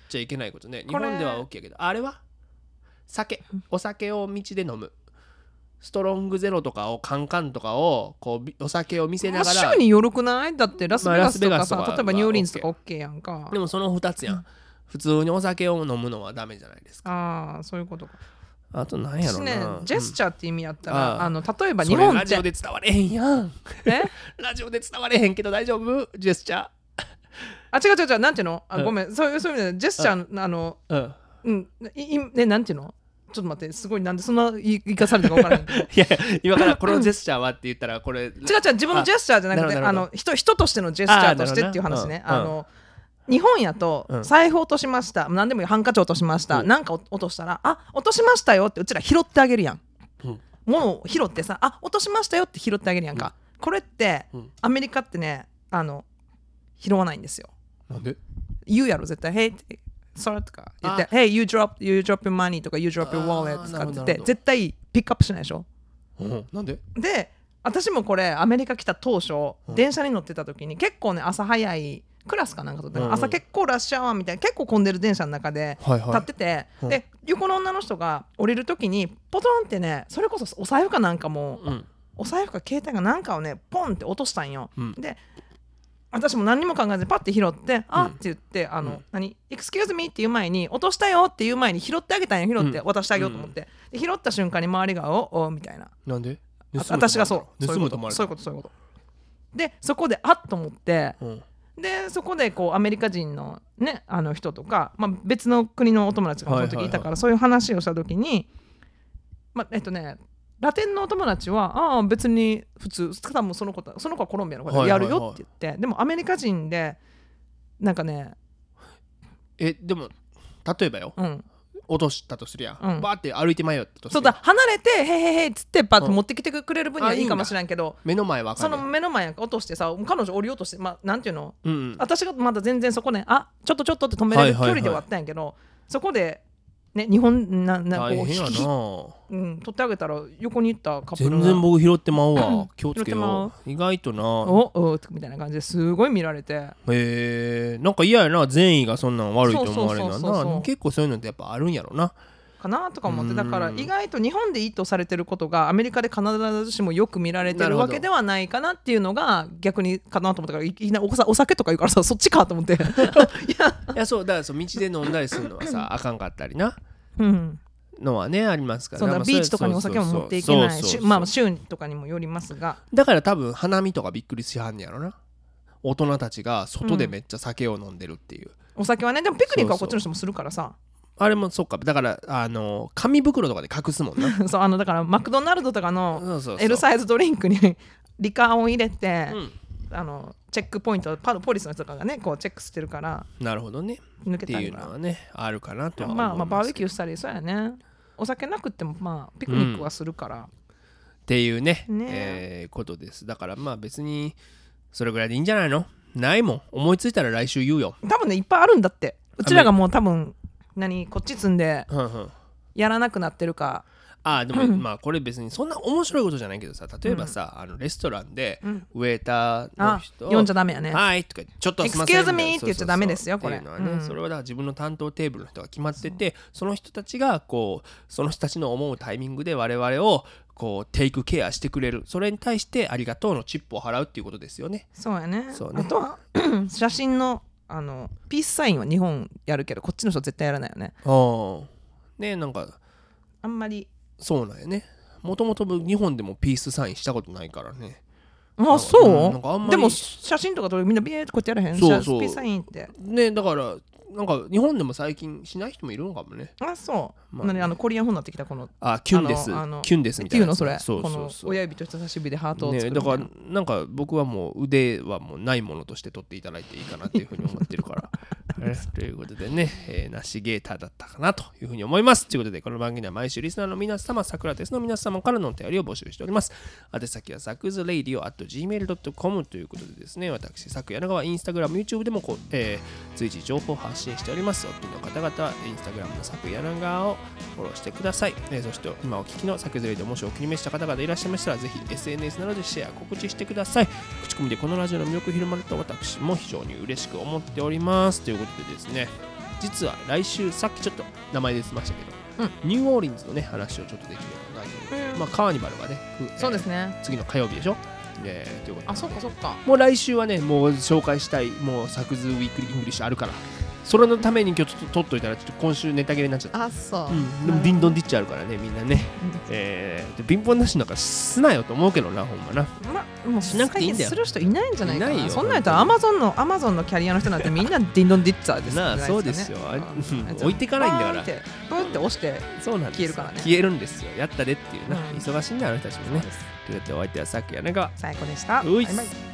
Speaker 1: ちゃいけないことね。日本では OK やけど、あれは酒、お酒を道で飲む。ストロングゼロとかをカンカンとかをこうお酒を見せながら、
Speaker 2: まあ、州によるくない？だってラスベガスとかさ、
Speaker 1: まあ、
Speaker 2: 例えばニューオーリンズとか OK やんか。
Speaker 1: でもそのふたつやん、うん、普通にお酒を飲むのはダメじゃないですか。
Speaker 2: ああ、そういうことか。
Speaker 1: あと何やろうな、
Speaker 2: ね、ジェスチャーって意味やったら、うん、あの例えば
Speaker 1: 日
Speaker 2: 本って
Speaker 1: ラジオで伝われへんやん。えラジオで伝われへんけど大丈夫？ジェスチャー。
Speaker 2: あ、違う違う違う、なんていうの？あ、うん、ごめん、そういうそういう意味でジェスチャー、うん、あの、うん、うん、いね、なんていうの？ちょっと待って、すごい、なんでそんな言い方されたか分からないけど。
Speaker 1: いや今からこのジェスチャーはって言ったらこれ違う
Speaker 2: 違う、自分のジェスチャーじゃなくて、あの 人, 人としてのジェスチャーとしてっていう話ね。あ、あの、うん、日本やと、うん、財布落としました、何でもいい、ハンカチ落としました、うん、なんか落としたら、あ、落としましたよってうちら拾ってあげるやん、うん、物を拾ってさ、あ、落としましたよって拾ってあげるやんか、うん、これって、うん、アメリカってね、あの拾わないんですよ。
Speaker 1: なんで？
Speaker 2: 言うやろ絶対。へいってそれとか言って、Hey, you drop, you drop your money とか You drop your wallet とかって言って絶対ピックアップしないでしょ、
Speaker 1: うん、なんで？
Speaker 2: で、私もこれアメリカ来た当初、うん、電車に乗ってた時に結構ね、朝早いクラスかなんかとって、うんうん、朝結構ラッシュアワーみたいな結構混んでる電車の中で立ってて、はいはい、で、うん、横の女の人が降りる時にポトンってね、それこそお財布かなんかも、うん、お財布か携帯かなんかをねポンって落としたんよ、うん、で私も何にも考えずにパッて拾って、うん、あって言ってあの、うん、何 excuse me っていう前に落としたよっていう前に拾ってあげたんや、拾って渡してあげようと思って、うん、で拾った瞬間に周りがおおみたいな。
Speaker 1: なんで？
Speaker 2: 私がそうそういうことそういうことそういうことで、そこであっと思って、うん、でそこでこうアメリカ人のね、あの人とか、まあ、別の国のお友達がその時いたから、はいはいはい、そういう話をした時に、まあ、えっとねラテンのお友達はああ別に普通、多分その子その子はコロンビアの子でやるよって言って、はいはいはい、でもアメリカ人でなんかね、
Speaker 1: えでも例えばよ、うん、落としたとするやん、うん、バーって歩いて迷ったとするやん、
Speaker 2: そうだ、離れてへへへっつってバーって持ってきてくれる分にはいいかもしれんけど、
Speaker 1: 目の前は
Speaker 2: その目の前落としてさ、彼女降りようとして、まあなんていうの、うんうん、私がまだ全然そこね、あちょっとちょっとって止めれる距離ではあったんやけど、はいはいはい、そこでね、日本なな
Speaker 1: 大変やな、
Speaker 2: うん、取ってあげたら横に行ったカップルが
Speaker 1: 全然僕拾ってまうわ気をつけよう、意外とな
Speaker 2: おおみたいな感じですごい見られて、へ
Speaker 1: え、なんか嫌やな、善意がそんなん悪いと思われるのはな、結構そういうのってやっぱあるんやろな
Speaker 2: かなとか思って、だから意外と日本でいいとされてることがアメリカで必ずしもよく見られてるわけではないかなっていうのが逆にかなと思ったから、いきなり お, お酒とか言うからさ、そっちかと思ってい
Speaker 1: やいや、そうだからそう道で飲んだりするのはさあかんかったりな、うんのはねありますから、
Speaker 2: そうだ、ビーチとかにお酒も持っていけないし、まあ週とかにもよりますが、
Speaker 1: だから多分花見とかびっくりしはんねやろな、大人たちが外でめっちゃ酒を飲んでるっていう、
Speaker 2: うん、お酒はね、でもピクニックはこっちの人もするからさ、そうそう
Speaker 1: あれもそっか、だからあの紙袋とかで隠すもんな
Speaker 2: そう、あのだからマクドナルドとかの L サイズドリンクにリカーを入れて、うん、あのチェックポイントパポリスの人とかがねこうチェックしてるから、
Speaker 1: なるほどね、抜けたりっていうのはねあるかなとは思います。
Speaker 2: まあまあバーベキューしたりそうやね、お酒なくってもまあピクニックはするから、うん、
Speaker 1: っていうね、ねえー、ことです。だからまあ別にそれぐらいでいいんじゃないの？ないもん、思いついたら来週言うよ。
Speaker 2: 多分ねいっぱいあるんだって、うちらがもう多分何こっち積んでやらなくなってるか、
Speaker 1: あでもまあこれ別にそんな面白いことじゃないけどさ、例えばさ、うん、あのレストランでウェーターの人、
Speaker 2: うん、読んじゃダメやね、
Speaker 1: はいとかちょっとすいません
Speaker 2: Excuse me って言っちゃダメですよこれ、
Speaker 1: っていうのはね、うん、それはだから自分の担当テーブルの人が決まってて、その人たちがこうその人たちの思うタイミングで我々をこうテイクケアしてくれる、それに対してありがとうのチップを払うっていうことですよね。
Speaker 2: そうやね。そうね、あとは写真のあのピースサインは日本やるけどこっちの人絶対やらないよね。
Speaker 1: あね、なんか
Speaker 2: あんまり
Speaker 1: そうなんやね。もともと日本でもピースサインしたことないからね。
Speaker 2: あ、そう、うん、なんかあんまりでも写真とか撮るみんなビエーってこうやってやらへん。そうそうピースサインって
Speaker 1: ね、だからなんか日本でも最近しない人もいるのかもね。
Speaker 2: あ、そう、まあね、何あのコリアン風になってきたこの
Speaker 1: あキュンですキュンですみたいな。
Speaker 2: キュンのそれ、そうそうそう、この親指と人差し指でハートを作るみたいな、
Speaker 1: ね、だからなんか僕はもう腕はもうないものとして取っていただいていいかなっていうふうに思ってるからということでね、えー、ナシゲーターだったかなというふうに思います。ということでこの番組では毎週リスナーの皆様、サクラテスの皆様からのお便りを募集しております。宛先はサクズレイディオ アットジーメールドットコム ということでですね、私サク柳川インスタグラム YouTube でもこう、えー、随時情報を発信しております。お聞きの方々はインスタグラムのサク柳川をフォローしてください。えー、そして今お聞きのサクズレイディオもしお気に召した方々いらっしゃいましたらぜひ エスエヌエス などでシェア告知してください。口コミでこのラジオの魅力広まると私も非常に嬉しく思っております。ということでですね、 実は来週さっきちょっと名前出てましたけど、うん、ニューオーリンズのね話をちょっとできればなという、うん、まあカーニバルがね、
Speaker 2: えー、そうですね
Speaker 1: 次の火曜日でしょ、えー、ということ
Speaker 2: あ、そっかそっか。
Speaker 1: もう来週はねもう紹介したいもうサクズウィークリーイングリッシュあるから、それのために今日ちょっと撮っといたらちょっと今週ネタ切れになっちゃった。
Speaker 2: あ、そう、
Speaker 1: うん、でもディンドンディッチあるからねみんなね、えー、で貧乏なしなんかすなよと思うけどな、ほんまな。
Speaker 2: まもうしなくていいんだよ。する人いないんじゃないかな。
Speaker 1: いないよ。
Speaker 2: そんなんやったらアマゾンのアマゾンのキャリアの人なんてみんなディンドンディッチャーです
Speaker 1: なあ、そうですよ。置いていかないんだから。
Speaker 2: ブンって押して消えるからね。
Speaker 1: 消えるんですよ。やったでっていうな、忙しいんだあの人たちもね。ということでお相手はさっきやねが
Speaker 2: 最高でした。
Speaker 1: ういっす。